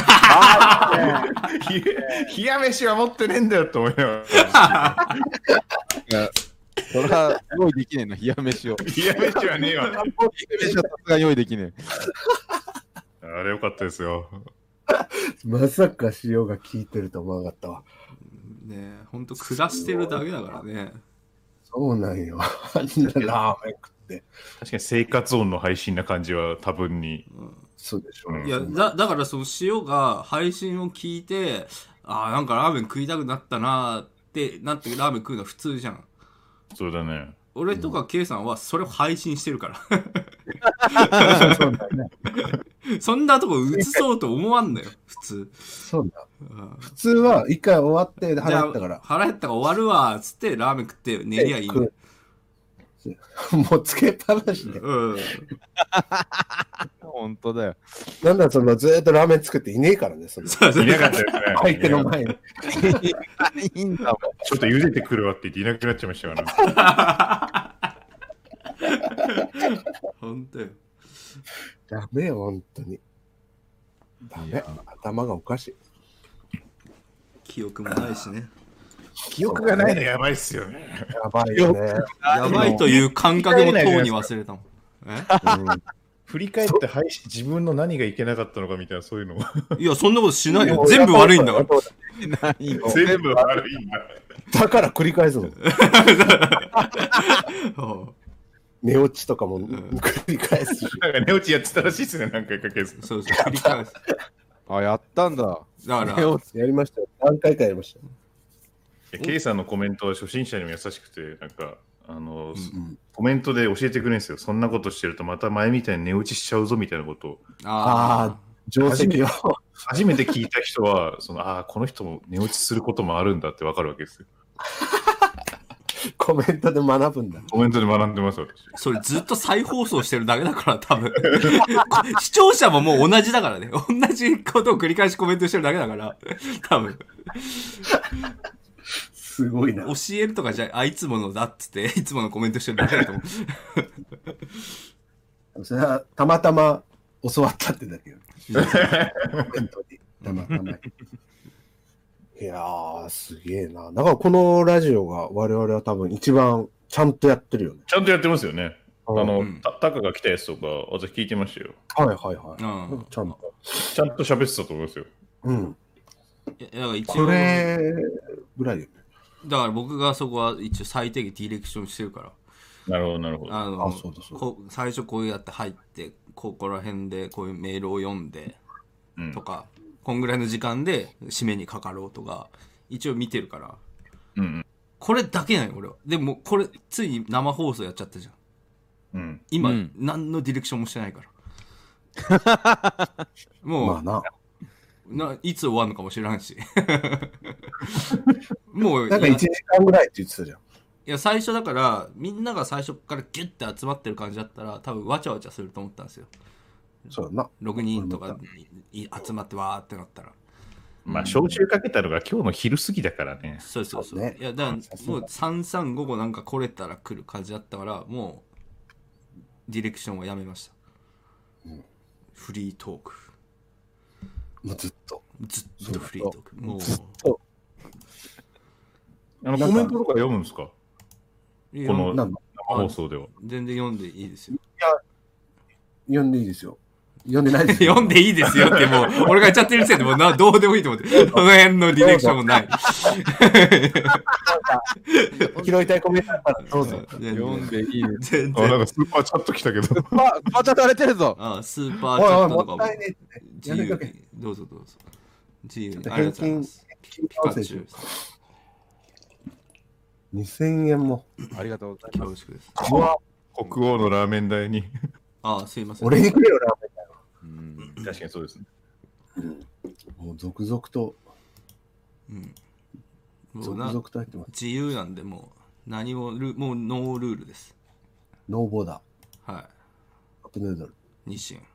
冷や飯は持ってねえんだよと思いながら。それは用意できねえの、冷や飯を。 冷や飯はねえわ。冷や飯はさすが用意できねえ。あれよかったですよ。 まさか塩が効いてると思わなかったわ。 ねえ、ほんと下してるだけだからね。 そうなんよ。あんなラーメン食って。 確かに生活音の配信な感じは多分に。 うん、そうでしょうね。 いや、だ、だからその塩が配信を聞いて、ああ、なんかラーメン食いたくなったなーってなってラーメン食うのは普通じゃん。 そうだね。 俺とか K さんはそれを配信してるから。 そうだね。 そんなとこ映そうと思わんのよ、普通。 そうだ。うん、普通は一回終わって腹減ったから。 腹減ったから終わるわっつってラーメン食って寝りゃいいの。 もうつけっぱなしで。 うん。 本当だよ。 なんだそのずーっとラーメン作っていねえからね。そのいなかったですね。 相手の前に。 いいんだもん。 ちょっと茹でてくるわって言っていなくなっちゃいましたから。 本当よ。 ダメよ、本当に。ダメ。頭がおかしい。 記憶もないしね。 記憶がないのやばいっすよね。 やばいよね。 やばいという感覚もとうに忘れたもん。え、 うん、振り返って配信自分の何がいけなかったのかみたいなそういうの。 いや、そんなことしないよ。全部悪いんだから。 全部悪いんだ。 だから繰り返すの。寝落ちとかも繰り返すし。 なんか寝落ちやってたらしいっすね、何回かけず。 そうそう、繰り返す。 あ、やったんだ。 だから、 やりましたよ。何回かやりました。 ケイさんのコメントは初心者にも優しくて、なんか、あの、うん、コメントで教えてくれるんですよ。そんなことしてるとまた前みたいに寝落ちしちゃうぞみたいなことを。 ああ、定石を。 初めて聞いた人は、そのああ、この人も寝落ちすることもあるんだってわかるわけですよ。 コメントで学ぶんだ。 コメントで学んでます、私。 それずっと再放送してるだけだから、多分。視聴者ももう同じだからね。同じことを繰り返しコメントしてるだけだから、多分。 すごいな。 教えるとかじゃあ、いつものだっつって、いつものコメントしてるだけだと思う。それはたまたま教わったってだけよ。コメントに。たまたま。いやー、すげえな。だからこのラジオが我々は多分一番ちゃんとやってるよね。 ちゃんとやってますよね。あの、うん、たタカが来たやつとか、私聞いてましたよ。 はいはいはい。うん、ちゃんと。 ちゃんと喋ってたと思いますよ。 うん。 いやだから一応これぐらいよね。 だから僕がそこは一応最低限ディレクションしてるから。 なるほどなるほど。 あのあそうだそうだこ最初こうやって入って、ここら辺でこういうメールを読んで、うん、とか、こんぐらいの時間で締めにかかろうとか、一応見てるから。 うんうん、 これだけない俺は。でもこれついに生放送やっちゃったじゃん。うん、今、うん、何のディレクションもしてないから。もう、 まあな。 ないつ終わるのかもしれないしもうなんかいちじかんぐらいって言ってたじゃん。 いや最初だからみんなが最初からギュッて集まってる感じだったら多分わちゃわちゃすると思ったんですよ。 そうだな。 ろくにんとか集まってわーってなったらまあ招集かけたのが今日の昼過ぎだからね。 そうそうそう、ね、いやだからもうさんさんごごなんか来れたら来る感じだったからもうディレクションはやめました、うん、フリートークもうずっとずっとフリートーク。もうずっと。 あのコメントとか読むんですか？この生放送では。 全然読んでいいですよ。いや、読んでいいですよ。読んでないですよ。読んでいいですよってもう、俺が言っちゃってるせいでもうなどうでもいいと思って、その辺のディレクションもない。 拾いたいコメントだったらどうぞ。 読んでいいです。 全然。あ、なんかスーパーチャット来たけど。スーパーチャット荒れてるぞ。 あ、スーパーチャットとかも。 もったいねえ自由に。どうぞどうぞ。自由に。ありがとうございます。ピカチュウ。 にせんえんも。 ありがとうございます。 恐縮です。 国王のラーメン代に。 ああ、すいません。 俺にくれよ、ラーメン代は。 うん、確かにそうですね。 うん、もう続々と。 うん。 続々と入ってます。 自由なんで、もう何もル、もうノールールです。 ノーボーダー。はい。 カップヌードル。 日清。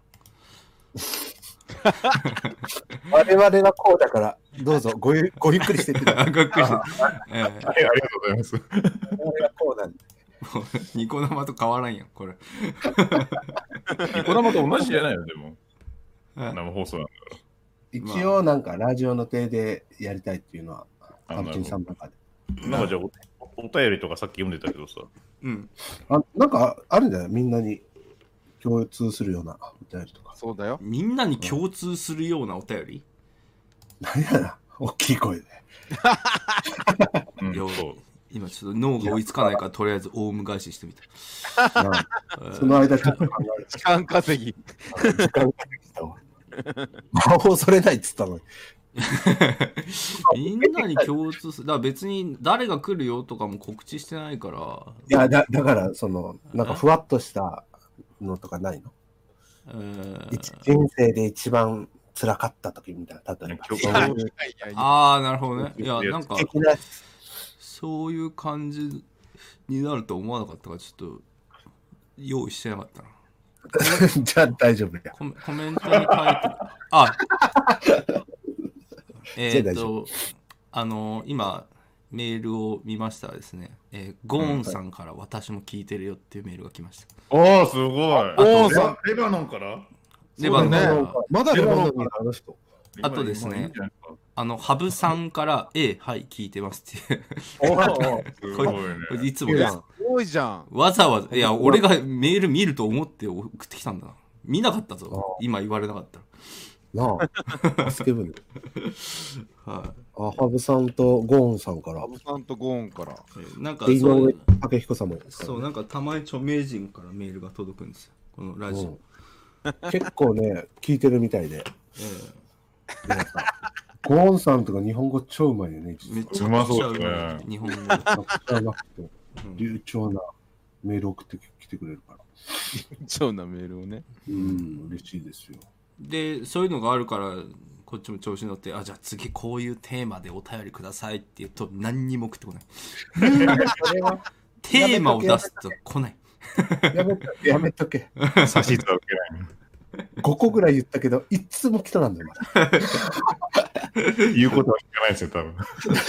我々はこうだから、どうぞごゆごゆっくりしてください。 ごゆっくりして。 えー、ありがとうございます。 我々はこうなんで。 ニコ生と変わらんやん、これ。 ニコ生と同じじゃないよ、でも。生放送なんだから。 一応、なんか、ラジオの手でやりたいっていうのは、カプチンさんの中で。 なんかじゃあお、お便りとかさっき読んでたけどさ。 うん。 あ、なんか、あるんじゃないみんなに共通するようなお便りとか。 そうだよ。 みんなに共通するようなお便り？ 何やな、大きい声で。 うん、そう今ちょっと脳が追いつかないからとりあえずオウム返ししてみた。 まあ、その間ちょっと考える。 時間稼ぎ。 時間稼ぎしたわ。魔法それないっつったのに。 みんなに共通する。だから別に誰が来るよとかも告知してないから。 いや、だ, だからそのなんかふわっとしたのとかないの？えー、人生で一番辛かった時みたいな。例えば。ああ、なるほどね。いや、なんか。そういう感じになると思わなかったからちょっと用意してなかったな。 じゃあ大丈夫や。 コメ、コメントに書いてあえっとあの今メールを見ましたらですね、えー、ゴーンさんから私も聞いてるよっていうメールが来ました。 おおすごい。ゴーンさんレバノンからレバノンからまだレバノンにあの人。 あとですね、ああのハブさんから「えはい聞いてます」っておおすごいね。 これいつもです。 すごいじゃん。 わざわざいや俺がメール見ると思って送ってきたんだな。見なかったぞ今言われなかったなあ、スケブン。 はい、 あ、ハブさんとゴーンさんから。 ハブさんとゴーンから。 なんかで、井そう上武彦さんも。 そうなんかたまに著名人からメールが届くんですよこのラジオ、 うん結構ね、聞いてるみたいで。 えでなんかゴーンさんとか日本語超うまいよね。 え、めっちゃうまそうですね日本語めちゃくちゃうまくてうん流暢なメール送ってきてくれるから。 超なメールをね。 うん、嬉しいですよ。 でそういうのがあるからこっちも調子に乗ってあじゃあ次こういうテーマでお便りくださいって言うと何にも送ってこないそれはテーマを出すと来ないやめとけ。やめとけ。 指図は受けない。 ごこぐらい言ったけど、いつも来たなんだよ、まだ。 言うことは聞かないですよ、多分。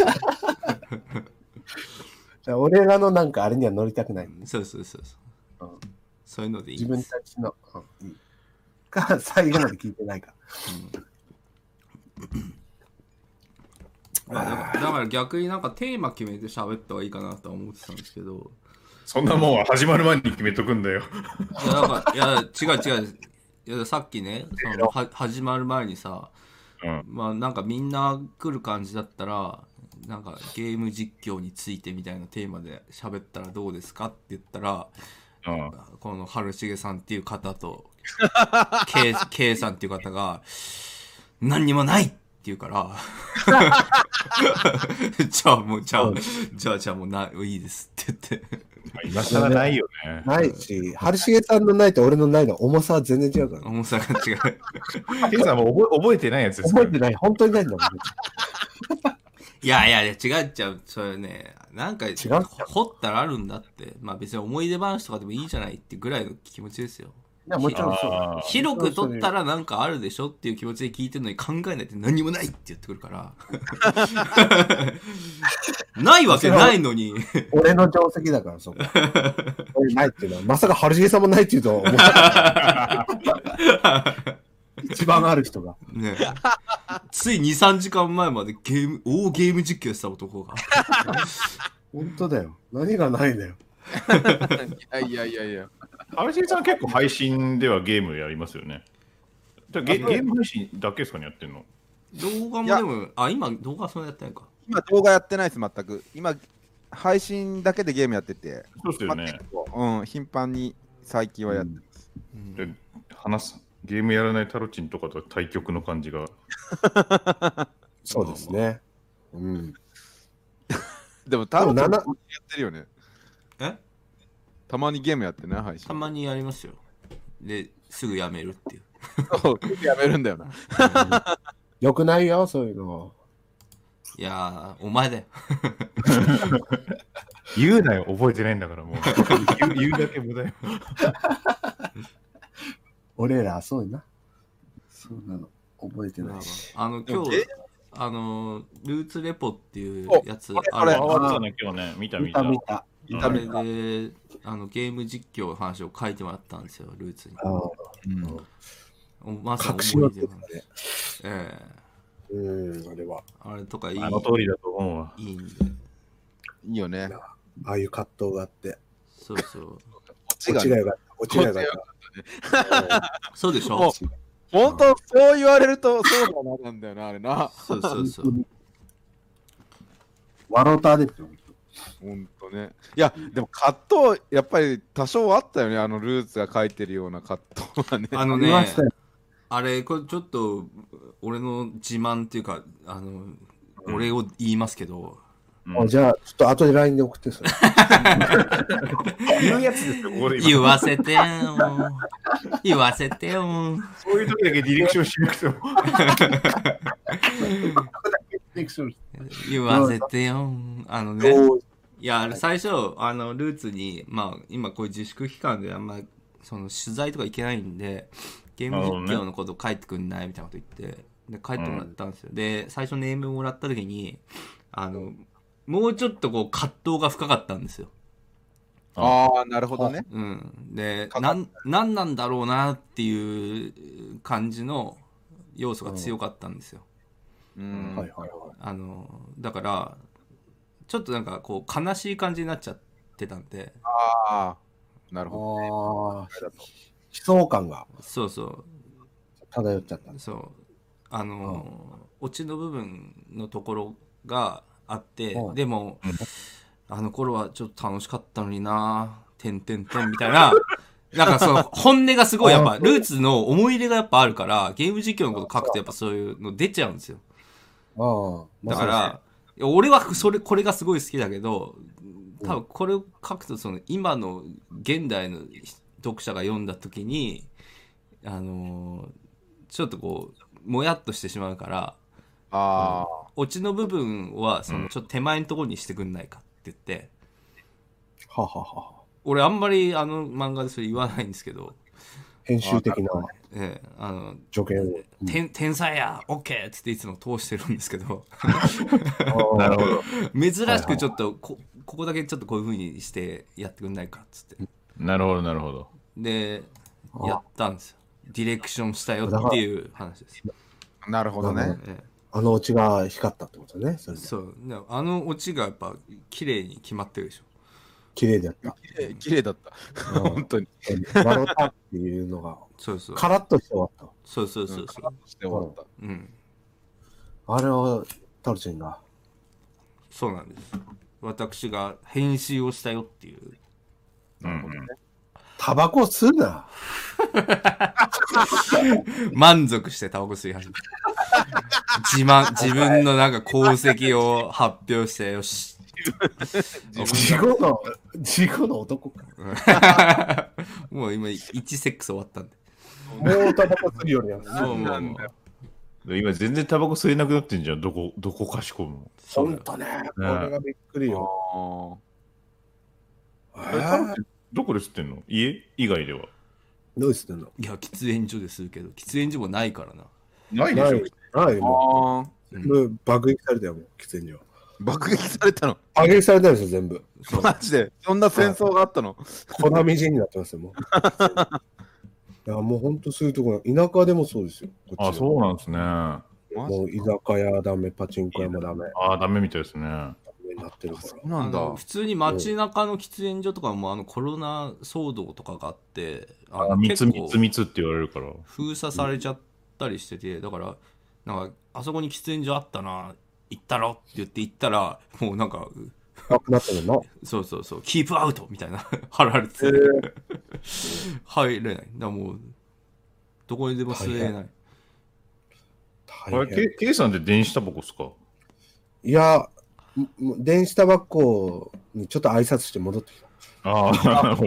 じゃあ俺らのなんかあれには乗りたくない。 そうそうそうそう、 うんそういうのでいい自分んですたちの、うんいいか、最後まで聞いてないか。 だからだから逆になんかテーマ決めて喋った方がいいかなとは思ってたんですけどそんなもんは始まる前に決めとくんだよ。 いやなんかいや違う違ういやさっきねそのは始まる前にさうん。 まあなんかみんな来る感じだったらなんかゲーム実況についてみたいなテーマで喋ったらどうですかって言ったらうん。 この春重さんっていう方と K, K さんっていう方が何にもないって言うからじゃあもうじゃあじゃあじゃあもうないいですって言って今更ないよね。 ないし、春重さんのないと俺のないの重さは全然違うからね。 重さが違うケイさんも覚え覚えてないやつですから覚えてない、本当にないんだもん。 いやいや違っちゃうそれねなんか違うじゃん掘ったらあるんだってまあ別に思い出話とかでもいいじゃないってぐらいの気持ちですよいや、もちろんそう。 あー広く取ったらなんかあるでしょっていう気持ちで聞いてるのに考えないって何もないって言ってくるからないわけないのに俺の定石だから、そこ。俺ないっていうのは、まさか春重さんもないっていうと思った。一番ある人が。 ねついにさんじかんまえまでゲーム大ゲーム実況した男が本当だよ。何がないんだよ。 いやいやいやいや。 原重さん結構配信ではゲームやりますよね。じゃあゲゲーム配信だけですかね、やってんの。 動画もでもあ今動画そんなやってないか今動画やってないです、全く。今、配信だけでゲームやってて、 そうですよね。 うん、頻繁に最近はやってます。 うんで話すゲームやらないタロチンとかとは対局の感じが。 そうですね。うん。 でも、多分でもななやってるよね。 えたまにゲームやってない配信。 たまにやりますよですぐやめるっていうそう、やめるんだよな。 よくないよ、そういうの。 いやーお前だよ言うなよ、覚えてないんだからもう。言う言うだけ無駄よ。 俺ら、そうやな。そうなの。覚えてないし。 あの今日えあのルーツレポっていうやつおこれあるああ、そうね、今日ね、見た見た。 見た見た。 あれであのゲーム実況の話を書いてもらったんですよルーツにああ、 おまさに隠しの思い出の手だね。 ええうん、あれは。 あれとかいいあの通りだと思うわ。 いいんでいいよね。 ああいう葛藤があって。 そうそう落ちがよかった。落ちがよかった。 そうでしょもう本当、そう言われると、そうだな、なんだよな、あれな。 そうそうそう笑うたですよ。 本当ね。いや、でも葛藤、やっぱり多少あったよね、あのルーツが書いてるような葛藤はね。 あのね見ましたよあれこれちょっと俺の自慢っていうかあの俺を言いますけどうんあじゃあ、ちょっと後で ライン で送ってそれ。 言うやつですよ、俺今。 言わせてよ言わせてよそういう時だけディレクションしなくても。 言わせてよあのねいやあれ最初あのルーツにまあ今こういう自粛期間であんまその取材とか行けないんでゲーム実況のこと書いてくんないみたいなこと言ってで書いてもらったんですよ、うん、で最初ネームもらった時にあのもうちょっとこう葛藤が深かったんですよ。 ああ、なるほどね。 うん、でなんなんなんだろうなっていう感じの要素が強かったんですよ。 うん、 はいはいはい。 あのだからちょっとなんかこう悲しい感じになっちゃってたんで。 ああ、なるほど、ね。 ああ、悲壮感が。 そうそう。 漂っちゃった。 そう。あの、うん、オチの部分のところがあって、うん、でも、うん、あの頃はちょっと楽しかったのになぁ、てんてんてんみたいな、なんかその本音がすごいやっぱルーツの思い入れがやっぱあるから、ゲーム実況のこと書くとやっぱそういうの出ちゃうんですよ。 あだから、俺はそれ、これがすごい好きだけど、多分これを書くとその今の現代の読者が読んだ時に、あのー、ちょっとこうもやっとしてしまうから、 あオチの部分はそのちょっと手前のところにしてくんないかって言って、 ははは俺あんまりあの漫画でそれ言わないんですけど、 編集的なええ、あの助言を、 うん、天, 天才や OK って言っていつも通してるんですけどなるほど珍しくちょっと こ, ここだけちょっとこういう風にしてやってくんないかっつって、 なるほどなるほどでやったんですよ。ディレクションしたよっていう話です。 なるほどね。 ええ、 あのオチが光ったってことね。それでそうあのオチがやっぱ綺麗に決まってるでしょ。 綺麗だった。 綺麗だった。本当に。 笑ったっていうのが、 そうそう。 カラッとして終わった。 そうそうそうそう。 カラッとして終わった。 うん。 あれはタルチンが。 そうなんです。私が編集をしたよっていう。 なるほどね。 タバコ吸うな。 満足してタバコ吸い始めた。自慢、自分のなんか功績を発表して、よし。 自己の、自己の男か。 もう今、いちセックス終わったんで。 もうタバコ吸うよりやん。 もうもうもう。今全然タバコ吸えなくなってんじゃん。どこ、どこかしこも。 ほんとね。これがびっくりよ。 どこで吸ってんの？家以外では。 どう吸ってんの？ いや、喫煙所で吸うけど、喫煙所もないからな。 ないでしょ。 ない、もう。もう爆撃されたよ、もう喫煙所。 爆撃されたの？ 爆撃されたんですよ、全部。 マジでそんな戦争があったの？ 粉みじんになってますよ、もう。いや、もうほんとそういうところ、田舎でもそうですよ。 あ、そうなんですね。 もう居酒屋ダメ、パチンコ屋もダメ。 あ、ダメみたいですね。 なってるから。 そうなんだ。 普通に街中の喫煙所とかもあのコロナ騒動とかがあって、 あの密密密って言われるから封鎖されちゃったりしてて、だからなんかあそこに喫煙所あったな、行ったろって言って行ったらもうなんかなくなってるの。 そうそうそう、キープアウトみたいな貼られて、えー、入れない。だからもうどこにでも吸えない。 あれ、ケイさんって電子タバコっすか？ いや、電子タバコにちょっと挨拶して戻ってきた。 ああ、なるほど。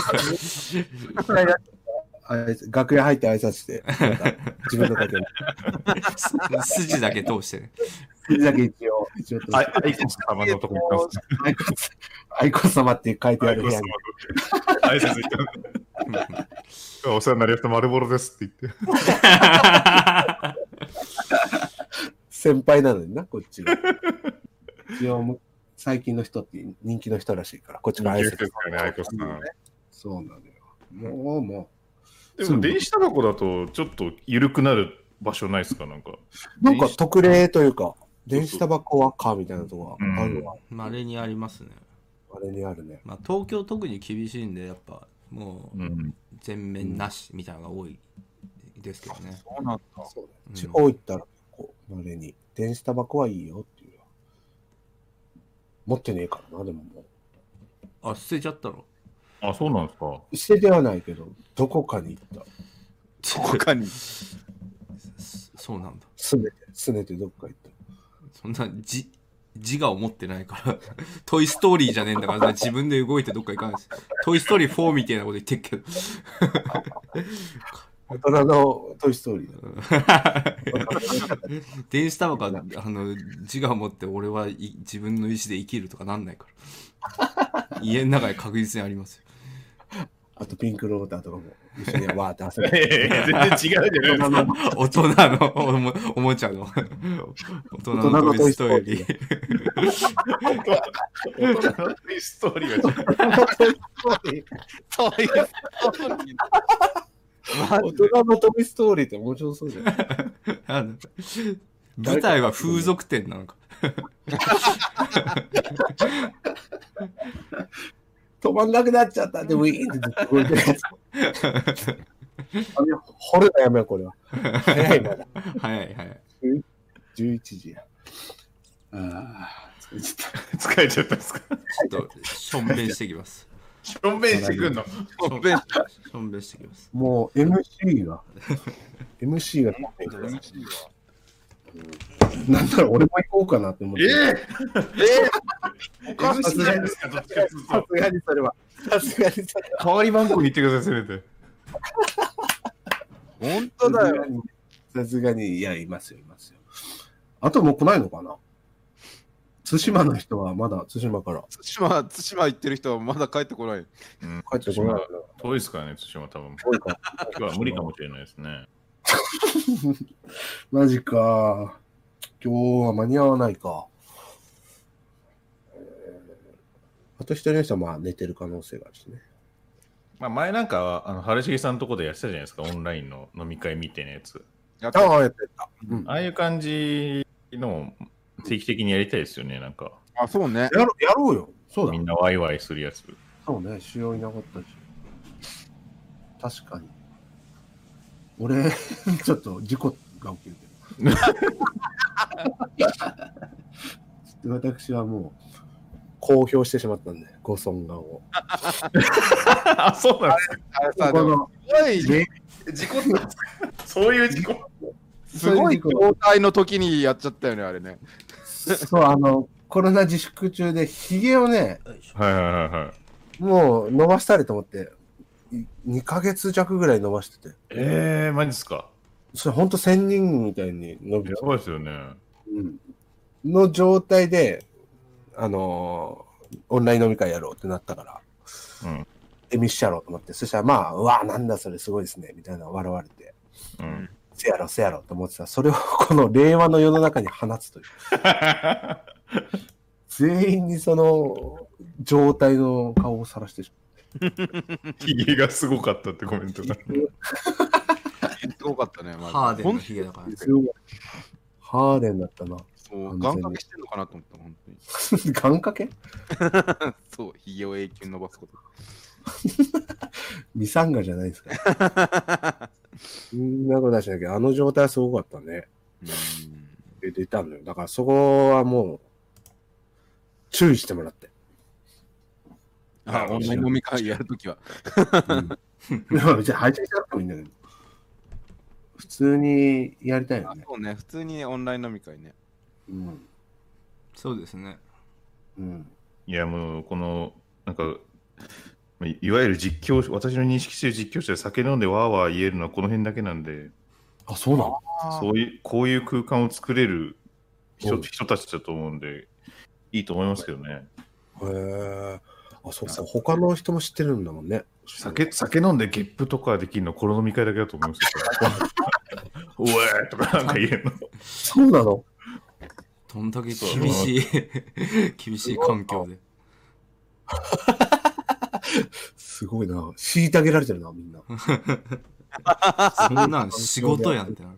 楽屋入って挨拶して、自分のだけ筋だけ通してね。 筋だけ一応、一応アイコス様のとこ行ったんですか？ アイコス様って書いてある部屋に。 挨拶行った。お世話になりました、丸ボロですって言って。 先輩なのにな、こっちが。一応最近の人って人気の人らしいから、こっちが挨拶してる。そうなのよ。もうもう。でも電子タバコだとちょっと緩くなる場所ないですか？なんか。 なんか特例というか、電子タバコはかみたいなとこがあるわ。 まれにありますね。 まれにあるね。 まあ東京特に厳しいんで、やっぱもう全面なしみたいなのが多いですけどね。 そうなんだ。 そうね。地方行ったらこうまれに電子タバコはいいよっていう。持ってねえからな、でももう。 あ、捨てちゃったの？ あ、そうなんですか。 捨ててはないけど、どこかに行った。 どこかに。 そうなんだ。 すねて、すねてどっか行った。 そんなじ自我を持ってないからトイストーリーじゃねえんだから、自分で動いてどっか行かないです。トイストーリーフォーみたいなこと言ってるけど大人のトイストーリー電子タバコはあの自我を持って俺はい自分の意思で生きるとかなんないから家の中で確実にありますよ。 あとピンクローターとかも一緒にわーって遊んで全然違うじゃないですか。 大人のお も, おもちゃの大人のトイストーリー大人のトイストーリーはそういう大人のトイストーリーって面白そうじゃない？ 舞台は風俗店なのか。 止まんなくなっちゃったでウィーンってずっと動いてるやつ。あれ掘るのやめようこれは。早いまだ。 早い早い。 じゅういちじや。ああ、疲れちゃった。 疲れちゃったんですか。 ちょっとしょんべんしてきます。 しょんべんしてくんの。 しょんべんしょんべんしてきます。 もう エムシー が エムシー がなんだろう俺も行こうかなって思って。 えー、えー、おかしいですか。 さすがにそれは。さすがにそれは。 代わり番号に行ってくださいせめて。 本当だよ。 さすがにいやいますよいますよ。あともう来ないのかな。対馬の人はまだ対馬から。 対馬対馬行ってる人はまだ帰ってこない。 うん、帰ってこない。 遠いですからね対馬多分。 遠いか。 今日は無理かもしれないですね。 マジか。今日は間に合わないか。あと一人の人はまあ寝てる可能性があるしね。 まあ前なんかあの春重さんのとこでやってたじゃないですか、オンラインの飲み会みたいなやつ。 やってああやってた、 うん、ああいう感じの定期的にやりたいですよね、なんか。 あ、そうね。 やろやろうよ。そうだ。 みんなワイワイするやつ。 そうね、主要いなかったし。確かに。俺、ちょっと事故が起きるけど。私はもう公表してしまったんで、ご尊顔を。 あ、そうなんですか。 あれさ、 事故ったんですか。そういう事故。 すごい状態の時にやっちゃったよね、あれね。 そう、あの、コロナ自粛中で、ひげをね、 はいはいはいはい。 もう伸ばしたりと思って、にかげつ弱ぐらい伸ばしてて。 えー、マジですか。 それほんと仙人みたいに伸びて。 やばいですよね。 うん。の状態で、あのー、オンライン飲み会やろうってなったから、 うん。 エミッシャろうと思って、そしたらまあ、うわ、なんだそれすごいですね、みたいな笑われて。 うん。 せやろせやろと思ってた。それをこの令和の世の中に放つという。全員にその状態の顔をさらしてしまって。 ヒゲがすごかったってコメントが。 すごかったね。 ハーデンのヒゲだから、ね。 ハーデンだったな。 そう、願掛けしてんのかなと思った、本当に。 願掛けそう、ヒゲを永久に伸ばすこと。 ミサンガじゃないですか。そんなことはしなきゃ、あの状態はすごかったね。うん。で、出たのよ。だからそこはもう、注意してもらって。 あ、オンライン飲み会やるときは。 うん。別に配信しなくてもいいんだけど。普通にやりたいよね。 そうね、普通にオンライン飲み会ね。 うん。 そうですね。 うん。 いや、もう、この、なんか、いわゆる実況、私の認識している実況者で酒飲んでわーわー言えるのはこの辺だけなんで、 あ、そうなの？ そういう、こういう空間を作れる 人, 人たちだと思うんで、いいと思いますけどね。 へえ。あ、そうか。他の人も知ってるんだもんね。 酒、酒飲んでゲップとかできるのこの飲み会だけだと思うんですよ。おえとかなんか言えるの。 そうなの？ どんだけ厳しい、厳しい環境で。 すごいな。虐げられてるな、みんな。 そんなん仕事やんってなる。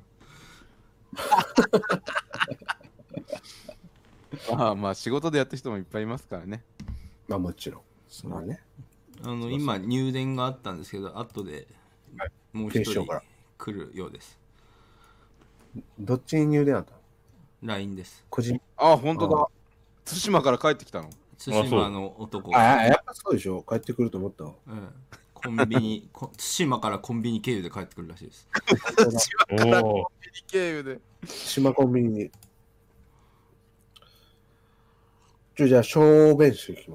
まあまあ、仕事でやってる人もいっぱいいますからね。 まあもちろん。それはね。 あの、今、入電があったんですけど、後でもう一人来るようです。 どっちに入電あったの？ ライン です。 個人。 あ、本当だ。対馬から帰ってきたの？ 対馬の男。 ああ、やっぱそうでしょ。帰ってくると思ったわ。 うん。コンビニ、対馬からコンビニ経由で帰ってくるらしいです。 対馬からコンビニ経由で。 島コンビニに。ちょ、じゃあ、小便所行きます。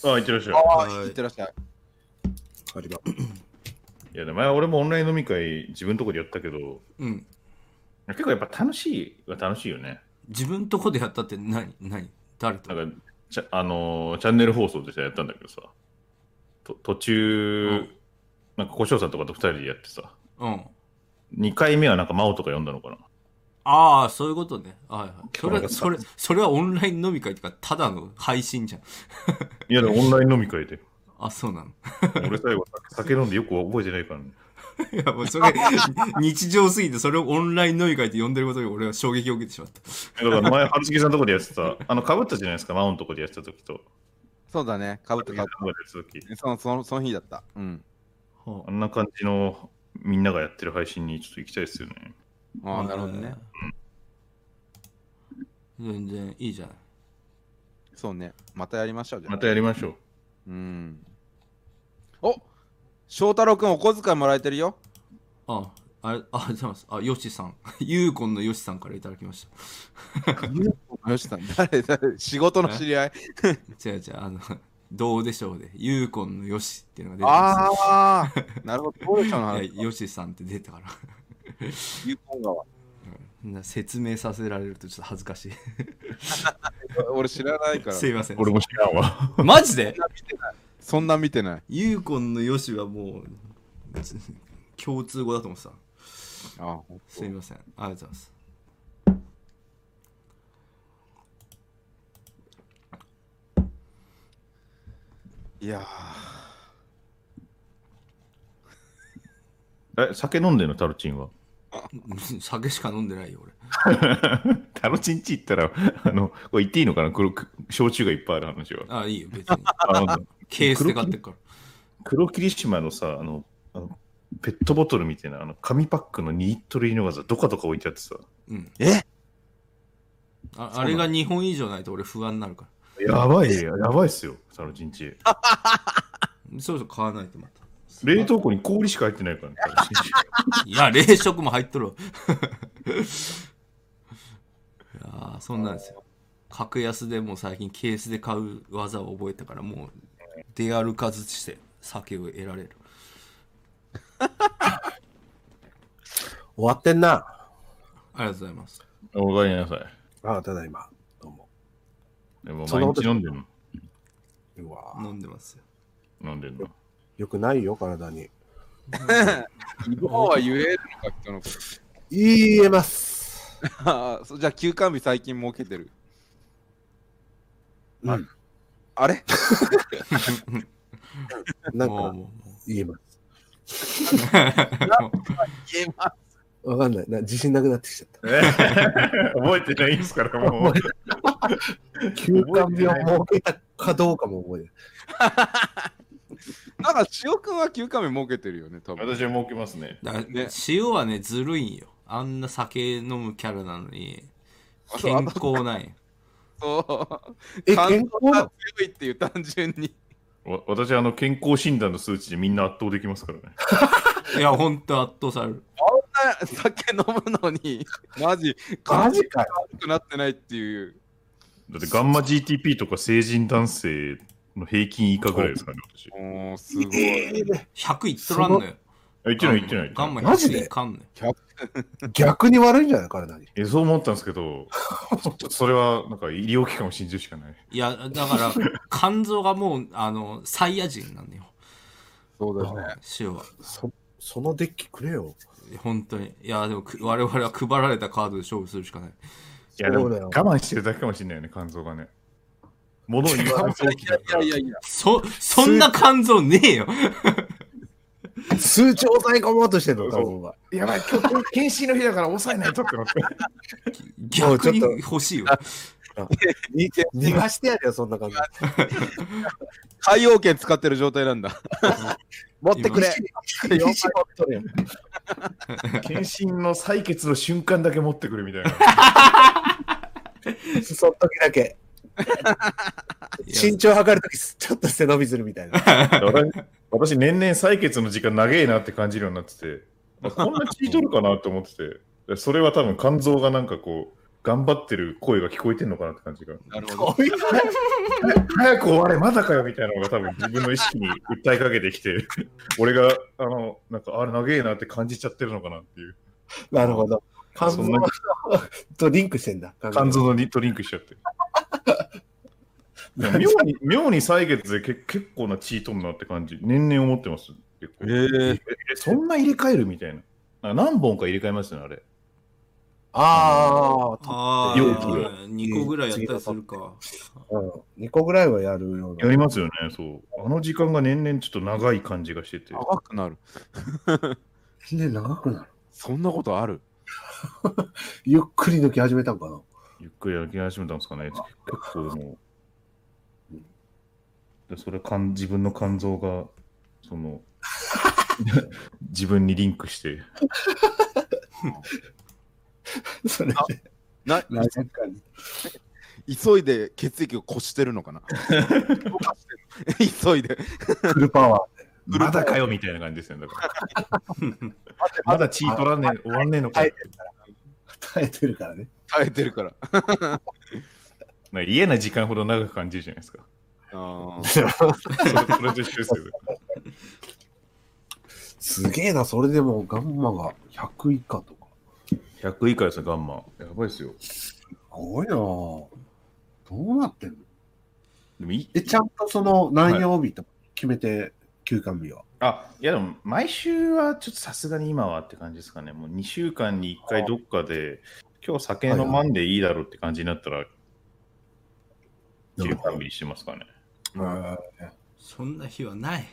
ああ、行ってらっしゃい。 ああ、行ってらっしゃい。 ありが。 いや、でも前俺もオンライン飲み会自分のとこでやったけど、 うん。 結構やっぱ楽しいは楽しいよね。 自分とこでやったって何何誰と？ なんかちゃあのー、チャンネル放送でさやったんだけどさ、と途中、うん、なんか小翔さんとかとふたりでやってさ、 うん、 にかいめはなんか真央とか呼んだのかな。 ああ、そういうことね。はいはい。それそれそれはオンライン飲み会とかただの配信じゃん。 いやでもオンライン飲み会で。 あ、そうなの。 俺最後酒飲んでよく覚えてないからね。 いやもうそれ日常すぎてそれをオンライン飲み会って呼んでることに俺は衝撃を受けてしまった。 だから前、春重さんのとこでやってた、あの、かぶったじゃないですか、マウントこでやってた時と。 そうだね、かぶってかぶって。そのそのその日だった。うん。 あんな感じのみんながやってる配信にちょっと行きたいですよね。 ああ、なるほどね。 全然いいじゃない。 そうね、またやりましょう。じゃあまたやりましょう。 うん。お、翔太郎くんお小遣いもらえてるよ。 あ、あれ、あ、じゃあ、あ、よしさん、ユーコンのよしさんからいただきました。 ユーコンのよしさん、誰誰仕事の知り合い？ 違う違う、あの、どうでしょうで、ユーコンのよしっていうのが出てきました。ああ、なるほど、どうでしょうな。 いや、よしさんって出たから。 ユーコン川。 説明させられるとちょっと恥ずかしい。 俺知らないから。 すいません。 俺も知らんわ。 マジで？ そんな見てない。 ユーコンのよしはもう共通語だと思ってた。 ああ、 すいません。ありがとうございます。 いやー。え、酒飲んでんのタロチンは？ 酒しか飲んでないよ俺。 タロチンチ行ったら、あの、これ言っていいのかな、黒焼酎がいっぱいある話は。 ああ、いいよ、別に。あケースで買ってるから。 黒霧島のさ、あの、あのペットボトルみたいな、あの、紙パックのにリットル入りのがさ、どかどか置いてあってさ。 うん。 えあ, あれがにほん以上ないと俺不安になるから。やばい、やばいっすよ、タロチンチ。 そうそう、買わないとまた。 冷凍庫に氷しか入ってないからね。 いや、冷食も入っとるわ。いやそんなんですよ。格安でもう最近ケースで買う技を覚えたから、もう出歩かずして酒を得られる。 終わってんな。 ありがとうございます。 おかえりなさい。 ああ、ただいま。どうも。 でも毎日飲んでんの？ うわ飲んでますよ。 飲んでんの？ よくないよ、体に。 イボは言えるのか、人のこと。 言えます。 あじゃあ、休館日最近設けてる。 うん。 あれなんか、言えます。 言えます。 わかんないな。自信なくなってきちゃった。 覚えてないんですから、もう。 休館日を設けたかどうかも覚えてない。 なんか塩くんは休館日設けてるよね、多分。 私は設けますね。 だね塩はね、ずるいんよ。あんな酒飲むキャラなのに、健康ない。 そう。 え、健康が強いっていう単純に。 わ私はあの健康診断の数値でみんな圧倒できますからね。 いや、ほんと圧倒される。 あんな酒飲むのに、マジ、 マジかよ。 悪くなってないっていう。 だってガンマ ジーティーピー とか成人男性の平均以下ぐらいですかね、私。 おー、すごい。 ひゃくいっとらんのよ。 言ってない言ってない。 ガンママジでひゃくいかんのよ。 逆に悪いんじゃない体に。 え、そう思ったんですけど、ちょっとそれはなんか医療機関を信じるしかない。 いや、だから肝臓がもう、あの、サイヤ人なんだよ。 そうだね。 塩は。 そそのデッキくれよ。 本当に。いや、でも我々は配られたカードで勝負するしかない。 いや、でも我慢してるだけかもしれないよね、肝臓がね。物を言わないと大きだから。 いやいやいや。 そ、そんな肝臓ねえよ。 数値抑え込もうとしてるの、肝臓が。 やばい、今日検診の日だから抑えないとってなって。 逆に欲しいよ。 逃がしてやるよ、そんな感じ。 海洋圏使ってる状態なんだ。持ってくれ。 検診の採血の瞬間だけ持ってくるみたいな。 その時だけ。身長測るとき、ちょっと背伸びするみたいな。 私、年々採血の時間長えなって感じるようになってて、こんな血取るかなと思ってて、それは多分肝臓がなんかこう、頑張ってる声が聞こえてんのかなって感じが。 なるほど。 早く終われ、まだかよみたいなのが多分自分の意識に訴えかけてきて、俺が、あの、なんか、あれ長えなって感じちゃってるのかなっていう。 なるほど。肝臓とリンクしてんだ。 肝臓のリとリンクしちゃって。妙に、妙に採血でけ結構な血取るなって感じ、年々思ってます。結構。 えー、 えそんな入れ替えるみたいな。何本か入れ替えますよね、あれ。 ああ、 容器でにこぐらいやったりするか。 あ、うん、にこぐらいはやるような。 やりますよね、そう。あの時間が年々ちょっと長い感じがしてて。 長くなる。 いちねん長くなる。 そんなことある？ ゆっくり抜き始めたんかな。 ゆっくり抜き始めたんですかね。結構でも、でそれかん自分の肝臓がその自分にリンクしてそれでななぜかに急いで血液をこしてるのかな急いでフルパワーでまだかよみたいな感じですよね。だからまだ血取らねえ、終わんねえのか。 耐えてるから耐えてるからね。 耐えてるから。 なんか嫌な時間ほど長く感じるじゃないですか。 あそれそれと一緒ですよね。 すげえな、それでもガンマがひゃく以下とか。 ひゃく以下ですよ、ガンマ。やばいですよ。 すごいなぁ。どうなってんの？ でもいえ、ちゃんとその何曜日と決めて、休館日は。 あ、いやでも毎週はちょっとさすがに今はって感じですかね。もうにしゅうかんにいっかいどっかで、今日酒飲まんでいいだろうって感じになったら、休館日にしてますかね。 そんな日はない。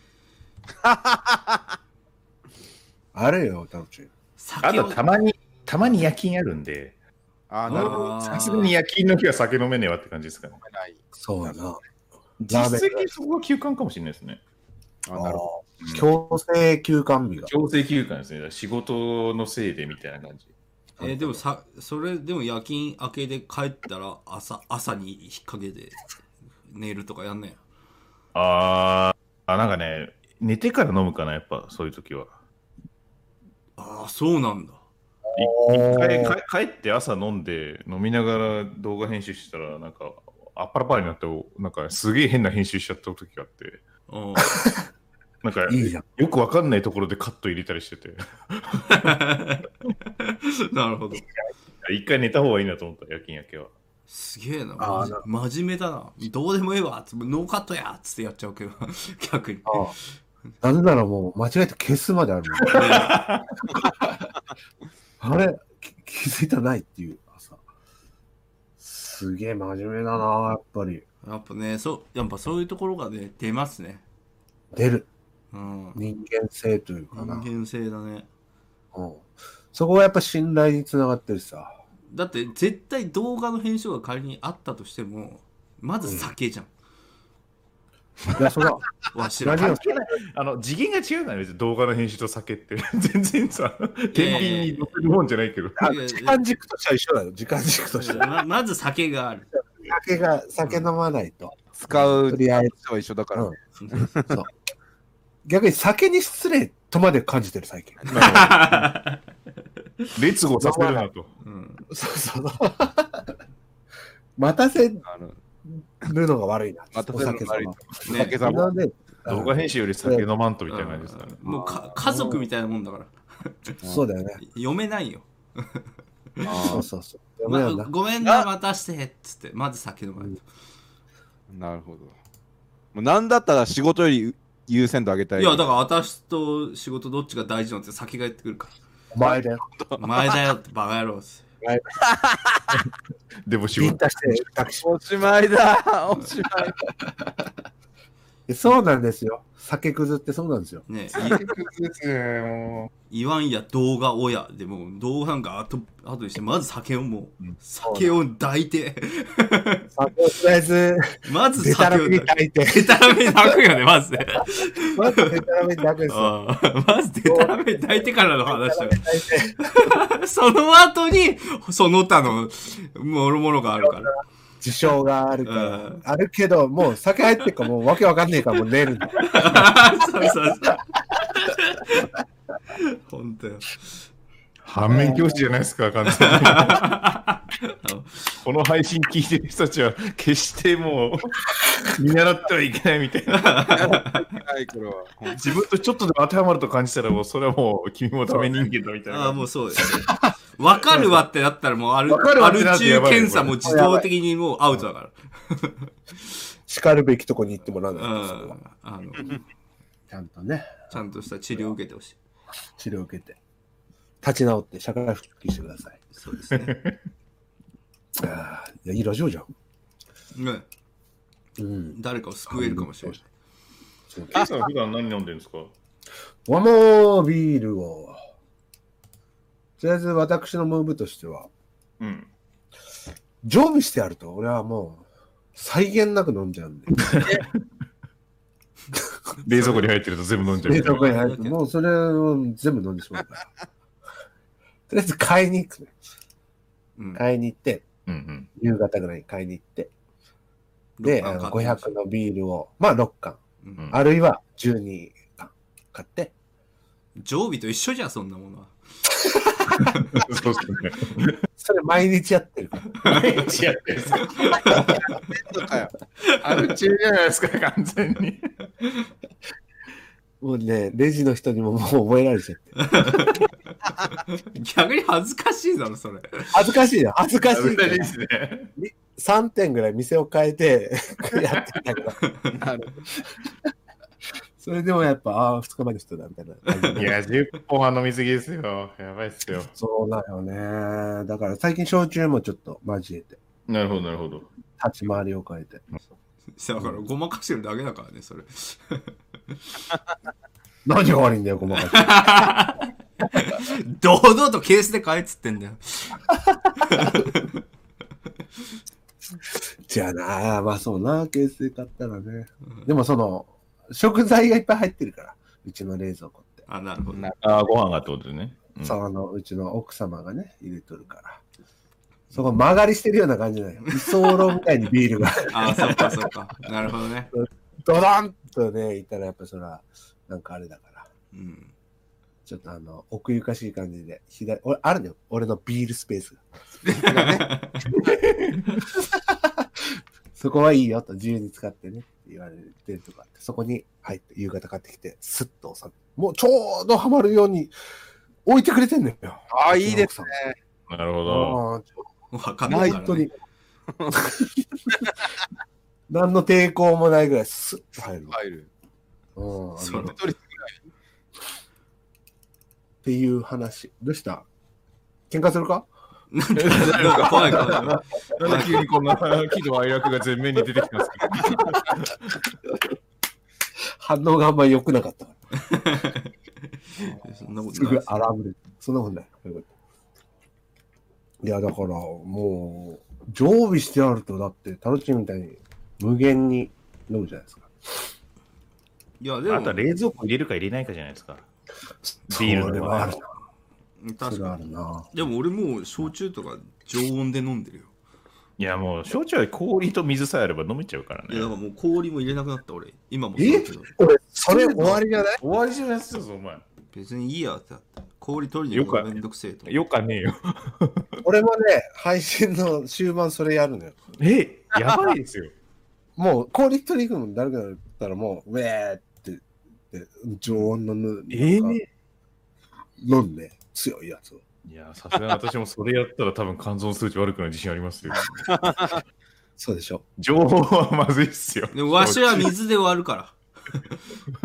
あれよ、タロチン。 あとたまに、たまに夜勤あるんで、 あ、なるほど。 さすがに夜勤の日は酒飲めねえわって感じですかね。 そうやな。 実際にそこが休館かもしれないですね。 あ、なるほ強制休館日が。 強制休館ですね。仕事のせいでみたいな感じ。 えーでもさ、それでも夜勤明けで帰ったら朝、朝に引っ掛けて寝るとかやんねあー、あ、なんかね、寝てから飲むかな、やっぱそういう時は。 ああ、そうなんだ。 い一回か帰って朝飲んで飲みながら動画編集したらなんかあっぱらぱらになってなんかすげえ変な編集しちゃった時があってうんなんかいいじゃん。 よくわかんないところでカット入れたりしててなるほど。 一回寝た方がいいなと思った夜勤明けは。 すげえな。 あーまじ真面目だな。どうでもええわっつってノーカットやっつってやっちゃうけど逆に。 ああ、なぜならもう間違えて消すまであるもん。あれき気づいたないっていう朝。すげえ真面目だな、やっぱり。 やっぱね、そう、やっぱそういうところがね、出ますね。 出る。 うん。 人間性というかな。 人間性だね。 うん、そこはやっぱ信頼につながってるさ。 だって絶対動画の編集が仮にあったとしても、まず酒じゃん。 いや、それは。 わしら。 何をあの次元が違うから別に動画の編集と酒って全然さ天秤に乗せるもんじゃないけど、 あ時間軸としては一緒だよ。時間軸としては。 ままず酒がある。 酒が、酒飲まないと。 使うとりあえず。 人は一緒だからね。 そう。逆に酒に失礼とまで感じてる最近。 列語させるなと。 うん、 そうそう。待たせるのが悪いな。 待たせるのが悪い。 ね、 酒さんも動画編集より酒飲まんとみたいな感じですからね。 もうか家族みたいなもんだから。 そうだよね。 読めないよ。 そうそうそう。 まあ、ごめんな、待たしてっつって、まず酒飲まないと。 なるほど。もうなんだったら仕事より優先度上げたい。 いや、だから私と仕事どっちが大事なんて酒が言ってくるから。 お前だよ。 お前だよってバカ野郎っす。 でも仕ビン事タして抱きしおしまいだ。おしまい。 めそうなんですよ。酒くずってそうなんですよ。 ねですね、もい言わんや動画親でも動画なんか後後にしてまず酒をもう、うん、酒を抱いて酒をとりあえずまず酒を抱いてデタラメに抱くよねまずねまずデタラメに抱くんですよ。 まずデタラメに抱いてからの話だその後にその他のもろもろがあるから事象があるから、うん、あるけどもう酒入ってるからもうわけわかんねえからもう寝るんだそうそうそう本当よ反面教師じゃないですか完全にこの配信聞いてる人たちは決してもう見習ってはいけないみたいな自分とちょっとでも当てはまると感じたらもうそれはもう君もダメ人間だみたいな。 ああもうそうですね分かるわってなったらもうアル中検査も自動的にもうアウトだから叱るべきとこに行ってもらうのよあのちゃんとねちゃんとした治療を受けてほしい治療を受けて立ち直って社会復帰してください。 そうですねあいやいいラジオじゃん、 ねうん、 誰かを救えるかもしれない。 ケイさん普段何飲んでるんですか？ ワモビールを、とりあえず私のムーブとしては、 うん。 常備してあると、俺はもう、際限なく飲んじゃうんで。 冷蔵庫に入ってると全部飲んじゃう。 冷蔵庫に入って、もうそれを全部飲んでしまうから。とりあえず買いに行くね。うん、買いに行って、うんうん、夕方ぐらいに買いに行って、で、あのごひゃくのビールを、まあろっかん、うん、あるいはじゅうにかん買って。 常備と一緒じゃん、そんなものは。 そうですね。 それ毎日やってるから。 毎日やってるんですか。ある中じゃないですか、完全に。 もうね、レジの人にももう覚えられちゃって。 逆に恥ずかしいだろ、それ。 恥ずかしいよ、恥ずかしい。恥ずかしいですね。 さんてんぐらい店を変えてやってたけど。なるほど。それでもやっぱ、ああ、ふつかまえの人だみたいな。 いや、じゅっぽんは飲みすぎですよ。やばいっすよ。 そうだよね。だから最近焼酎もちょっと交えて。 なるほど、なるほど。 立ち回りを変えて。 だからごまかしてるだけだからね、それ。 何が悪いんだよ、ごまかして。堂々とケースで買えっつってんだよ。 じゃあな、まあそうな、ケースで買ったらね。でもその、食材がいっぱい入ってるから、うちの冷蔵庫って。 あ、なるほど。 あ、ご飯がってことね。 うん、そう、あの、うちの奥様がね、入れとるから。そこ曲がりしてるような感じだよ。居候みたいにビールが。 あ、そっかそっか。なるほどね。 ドドンとね、いったらやっぱそら、なんかあれだから。うん。ちょっとあの、奥ゆかしい感じで、左、俺、あるのよ。俺のビールスペースが。スペースがね。そこはいいよと、自由に使ってね、って言われてるとかって、そこに入って、夕方買ってきて、スッと収めもうちょうどハマるように置いてくれてんのよ。 ああ、いいですね。 なるほど。 わかんないから、ね。本当に。 何の抵抗もないぐらいスッと入る。 入る。 うん。 一人ぐらい。 っていう話。どうした？喧嘩するか？ なんか怖い怖い。なんで急にこんな喜怒哀楽が前面に出てきたんですか？ 反応があんまり良くなかったから。 そんなことない。 すぐアラームで。そんなことない。いや、だから、もう、常備してあると、だって、タロチンみたいに無限に飲むじゃないですか。 いや、でも。 あとは冷蔵庫入れるか入れないかじゃないですか。 ビールではあるな。 確かにな。でも俺もう焼酎とか常温で飲んでるよ。 いやもう焼酎は氷と水さえあれば飲めちゃうからね。 いやだからもう氷も入れなくなった俺。今もそうだけど。 俺それ終わりじゃない？ 終わりじゃないっすよお前。 別にいいやってなった。氷取りに行くのめんどくせえと。 よかねえよ。 俺もね配信の終盤それやるのよ。 えやばいですよ。 もう氷取りに行くのだるくなったらもうウェーって常温のぬえー、 飲んで強いやつを。 いやさすがに私もそれやったら多分肝臓数値悪くなる自信ありますよ。 そうでしょ。 情報はまずいっすよ。 でもわしは水で割るから。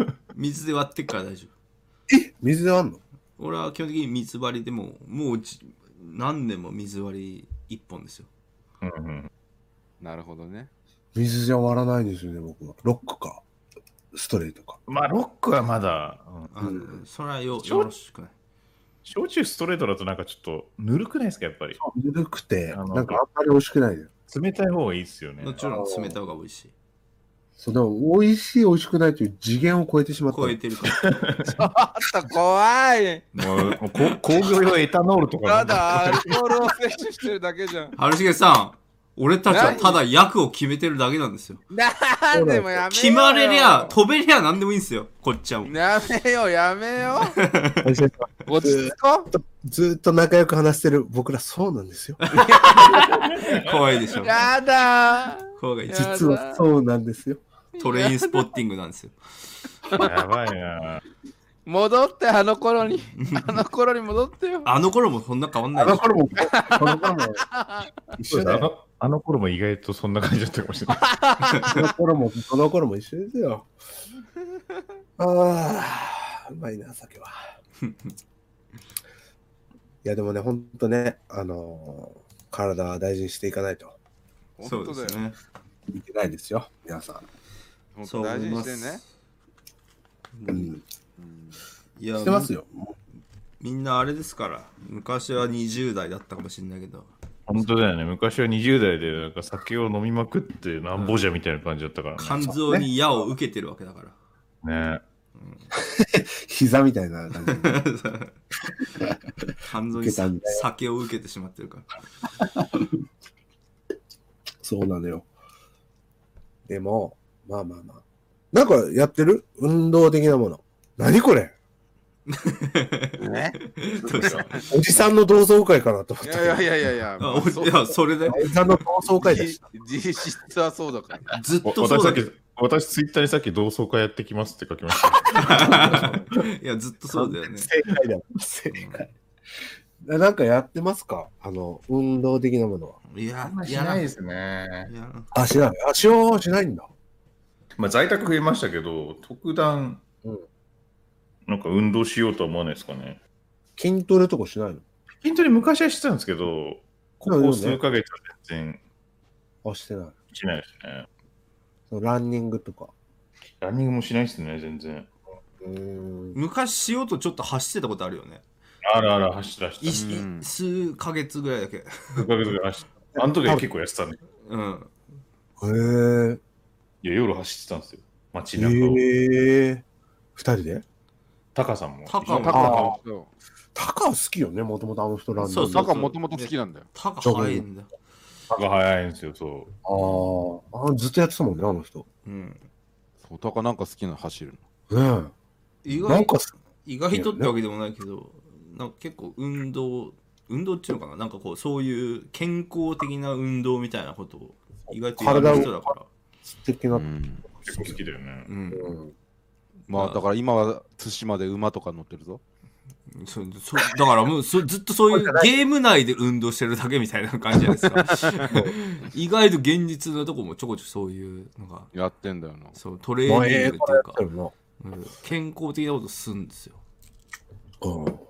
水で割ってっから大丈夫。 え水で割るの？ 俺は基本的に水割りでももう何年も水割り一本ですよ。 うんうん、 なるほどね。 水じゃ割らないんですよね僕は。ロックかストレートか。 まあロックはまだ。 うんうん、それは よ, よろしくない。 焼酎ストレートだとなんかちょっとぬるくないですかやっぱり。 ぬるくてなんかあんまり美味しくないよ。 冷たい方がいいですよね。 もちろん冷たい方が美味しい。 そうでも美味しい美味しくないという次元を超えてしまった。 超えてるから。 ちょっと怖い。 もうもう工業用エタノールとか。 ただアルコールを摂取してるだけじゃん。 春重さん、俺たちはただ役を決めてるだけなんですよ。 なんでもやめようよ。 決まれりゃ飛べりゃ何でもいいんですよ。こっちはもう。 やめようやめよう。落ち着こう。 ずっと仲良く話してる僕らそうなんですよ。 怖いでしょ。 やだー。 怖い。 実はそうなんですよ。 トレインスポッティングなんですよ。 やばいな。 戻ってあの頃にあの頃に戻ってよ。 あの頃もそんな変わんないでしょ。 あの頃もこの頃も一緒だよ。あの頃も意外とそんな感じだったかもしれない。 この頃もこの頃も一緒ですよ。ああうまいな酒は。いやでもね、ほんとね、あのー、体は大事にしていかないと。 そうですね。 いけないですよ、皆さん。 本当大事にしてね。 うん。 いやしてますよ。 みんなあれですから。昔はにじゅう代だったかもしれないけど。 本当だよね。昔はにじゅう代でなんか酒を飲みまくってなんぼじゃみたいな感じだったからね。 肝臓に矢を受けてるわけだから。 ね。 膝みたいな感じで。 肝臓に酒を受けてしまってるから。 そうなのよ。でも、まあまあまあ。なんかやってる運動的なもの。何これね、 おじさんの同窓会かなと思った。 いやいやいやいや、 あおいやそれでおじさんの同窓会でした。 実質はそうだから。 ずっとそうだけど。 私、ツイッターにさっき同窓会やってきますって書きました。 いや、ずっとそうだよね。 正解だ。正解。なんかやってますかあの、運動的なものは。 いや、 しないですね。 あ、しない。あ、しようしないんだ。 まあ、在宅増えましたけど、特段、 うん、 なんか運動しようとは思わないですかね。 筋トレとかしないの？ 筋トレ昔はしてたんですけど、ここ数ヶ月は全然、 あ、してない。 しないですね。 ランニングとか。 ランニングもしないですね、全然。 うーん昔しようとちょっと走ってたことあるよね。 あらあら、走ってらした。 うん、数ヶ月ぐらいだけ。 数ヶ月ぐらい走ってた。あの時は結構やってたね。 うん。 へえ。 いや、夜走ってたんですよ。街中を。 へえ。二人で？ タカさんも。 タカも。 タカも。 タカ好きよね、もともとあの人ランニング。 そうそう。 タカもともと好きなんだよ。 タカ早いんだ。 タカ早いんですよ、そう。 ああ、ずっとやってたもんね、あの人。 うん。 そう、タカなんか好きな走るの。ねえ。意外と、意外とってわけでもないけど、なんか結構運動、運動っていうのかな、なんかこう、そういう健康的な運動みたいなことを意外とやる人だから。 素敵な。 結構好きだよね。 うん。 まあ、だから今は対馬で馬とか乗ってるぞ。 そそだからもうそずっとそういうゲーム内で運動してるだけみたいな感じじゃないですか。意外と現実のとこもちょこちょこそういうのがやってんだよな。 そうトレーニングっていうか、 えーうん、健康的なことするんですよ。 うん。い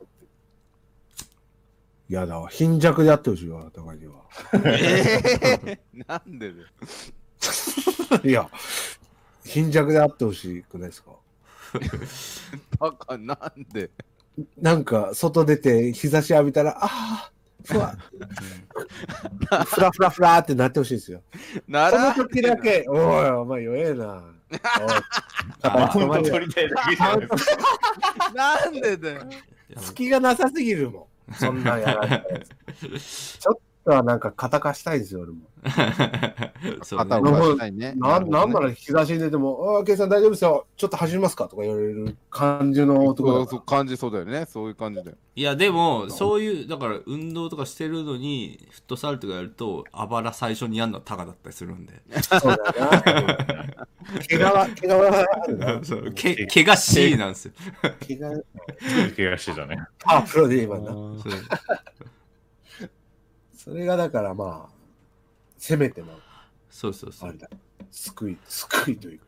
やだわ、貧弱であってほしいわ、高木は。 えー、なんでだよ。 いや、貧弱であってほしくないですか？ バカなんで？ なんか外出て日差し浴びたら、ああ、ふわ、ふらふらふらってなってほしいですよ。 ならこの時だけ、おい、お前弱えな。 本当取りたいだけじゃないですか。 なんでだよ。 隙がなさすぎるもん。そんなんやられたやつ。ちょっとはなんか肩貸したいですよ、俺も。 肩を貸したいね。 な、なんなら日差しに出ても、ああ、ケイさん大丈夫ですよ。ちょっと走りますかとか言われる感じの男だから。 そう感じそうだよね。そういう感じだよ。 いやでもそういうだから運動とかしてるのにフットサルとかやるとあばら最初にやるのはタカだったりするんで。 そうだな。毛皮、毛皮はあるな。 そう、け毛が C なんですよ。 毛が、 怪我してたね。 あ、プロで今な。 そうそれがだからまあ、せめての、 そうそうそう。 あれだ。救い、救いというか。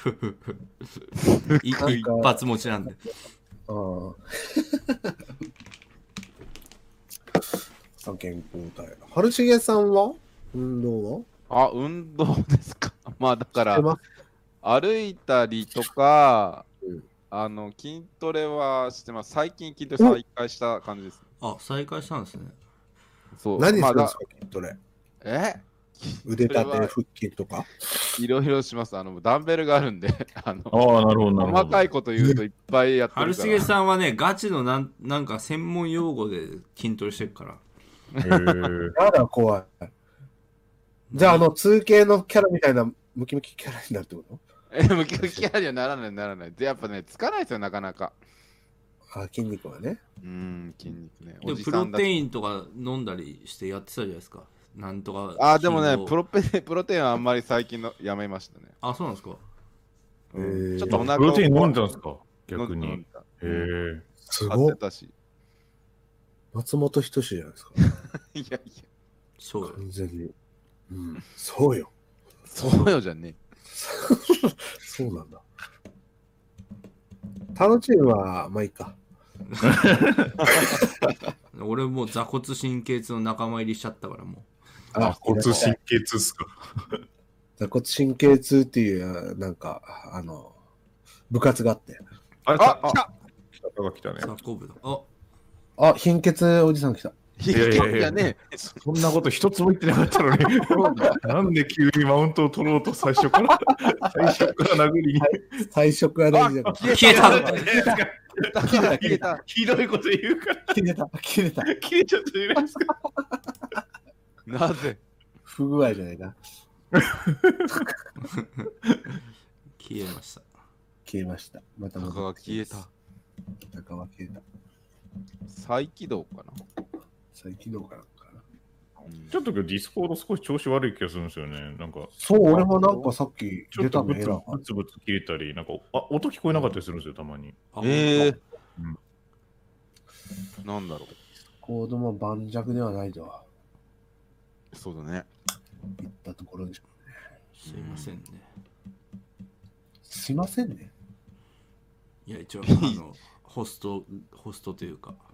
い一発持ちなんで。 ああ。健康体。春重さんは運動はあ、運動ですか。まあだから、 ま歩いたりとか、 うん、 あの筋トレはしてます。最近筋トレ再開した感じです。 あ、再開したんですね。 そう。何するんですか、まあ、筋トレ。 え腕立て、腹筋とかいろいろします。あのダンベルがあるんで、あのあなるほど細かいこと言うといっぱいやってるから。 春重さんはね、ガチのなん、なんか専門用語で筋トレしてるから。 へーやだ、怖い。じゃあ、あの、通系のキャラみたいなムキムキキャラになるってことえ、ムキムキキャラにはならない、ならない。で、やっぱね、つかないですよ、なかなか。 あ、筋肉はね。 うん、筋肉ね。 でもプロテインとか飲んだりしてやってたじゃないですか。なんとか。 あ、でもね、プロペプロテインはあんまり最近のやめましたね。 あ、そうなんですか。 うん、ちょっとお腹プロテイン飲んだんですか逆に。へえ。 すごい。 松本人志じゃないですか。 いやいや。 そうよ。 完全に。うん。そうよ。 そうよじゃねえ。そうなんだ。タロチームは、まあいいか。 俺もう座骨神経痛の仲間入りしちゃったからもう。 あ、骨神経痛っすか。 座骨神経痛っていう、なんか、あの、部活があって。 あれ、あ、あ赤が来たね。 ザコブだ。あ、 あ、貧血おじさん来た。 いやいやいやね、 そんなこと一つも言ってなかったのに。なんで急にマウントを取ろうと最初から、最初から殴りに。 最初から大事だから。 消えた。 消えた消えた。 ひどいこと言うから。 切れた、切れた。 消えちゃったじゃないですか。 なぜ不具合じゃないか。 消えました。 消えました。また赤戻ってが消えた。 赤は消えた。 再起動かな。 再起動かなんかな。 ちょっと今日ディスコード少し調子悪い気がするんですよね。なんか、 そう、俺もなんかさっきちょっとブツ出たのエラーが。 ブツブツ切れたり、なんか、あ、音聞こえなかったりするんですよ、たまに。 ええうんなんだろコードも盤石ではないとはう。そうだね。 言ったところでしょうね。 すいませんね。 すいませんね。 いや、一応、あの、ホスト、ホストというか、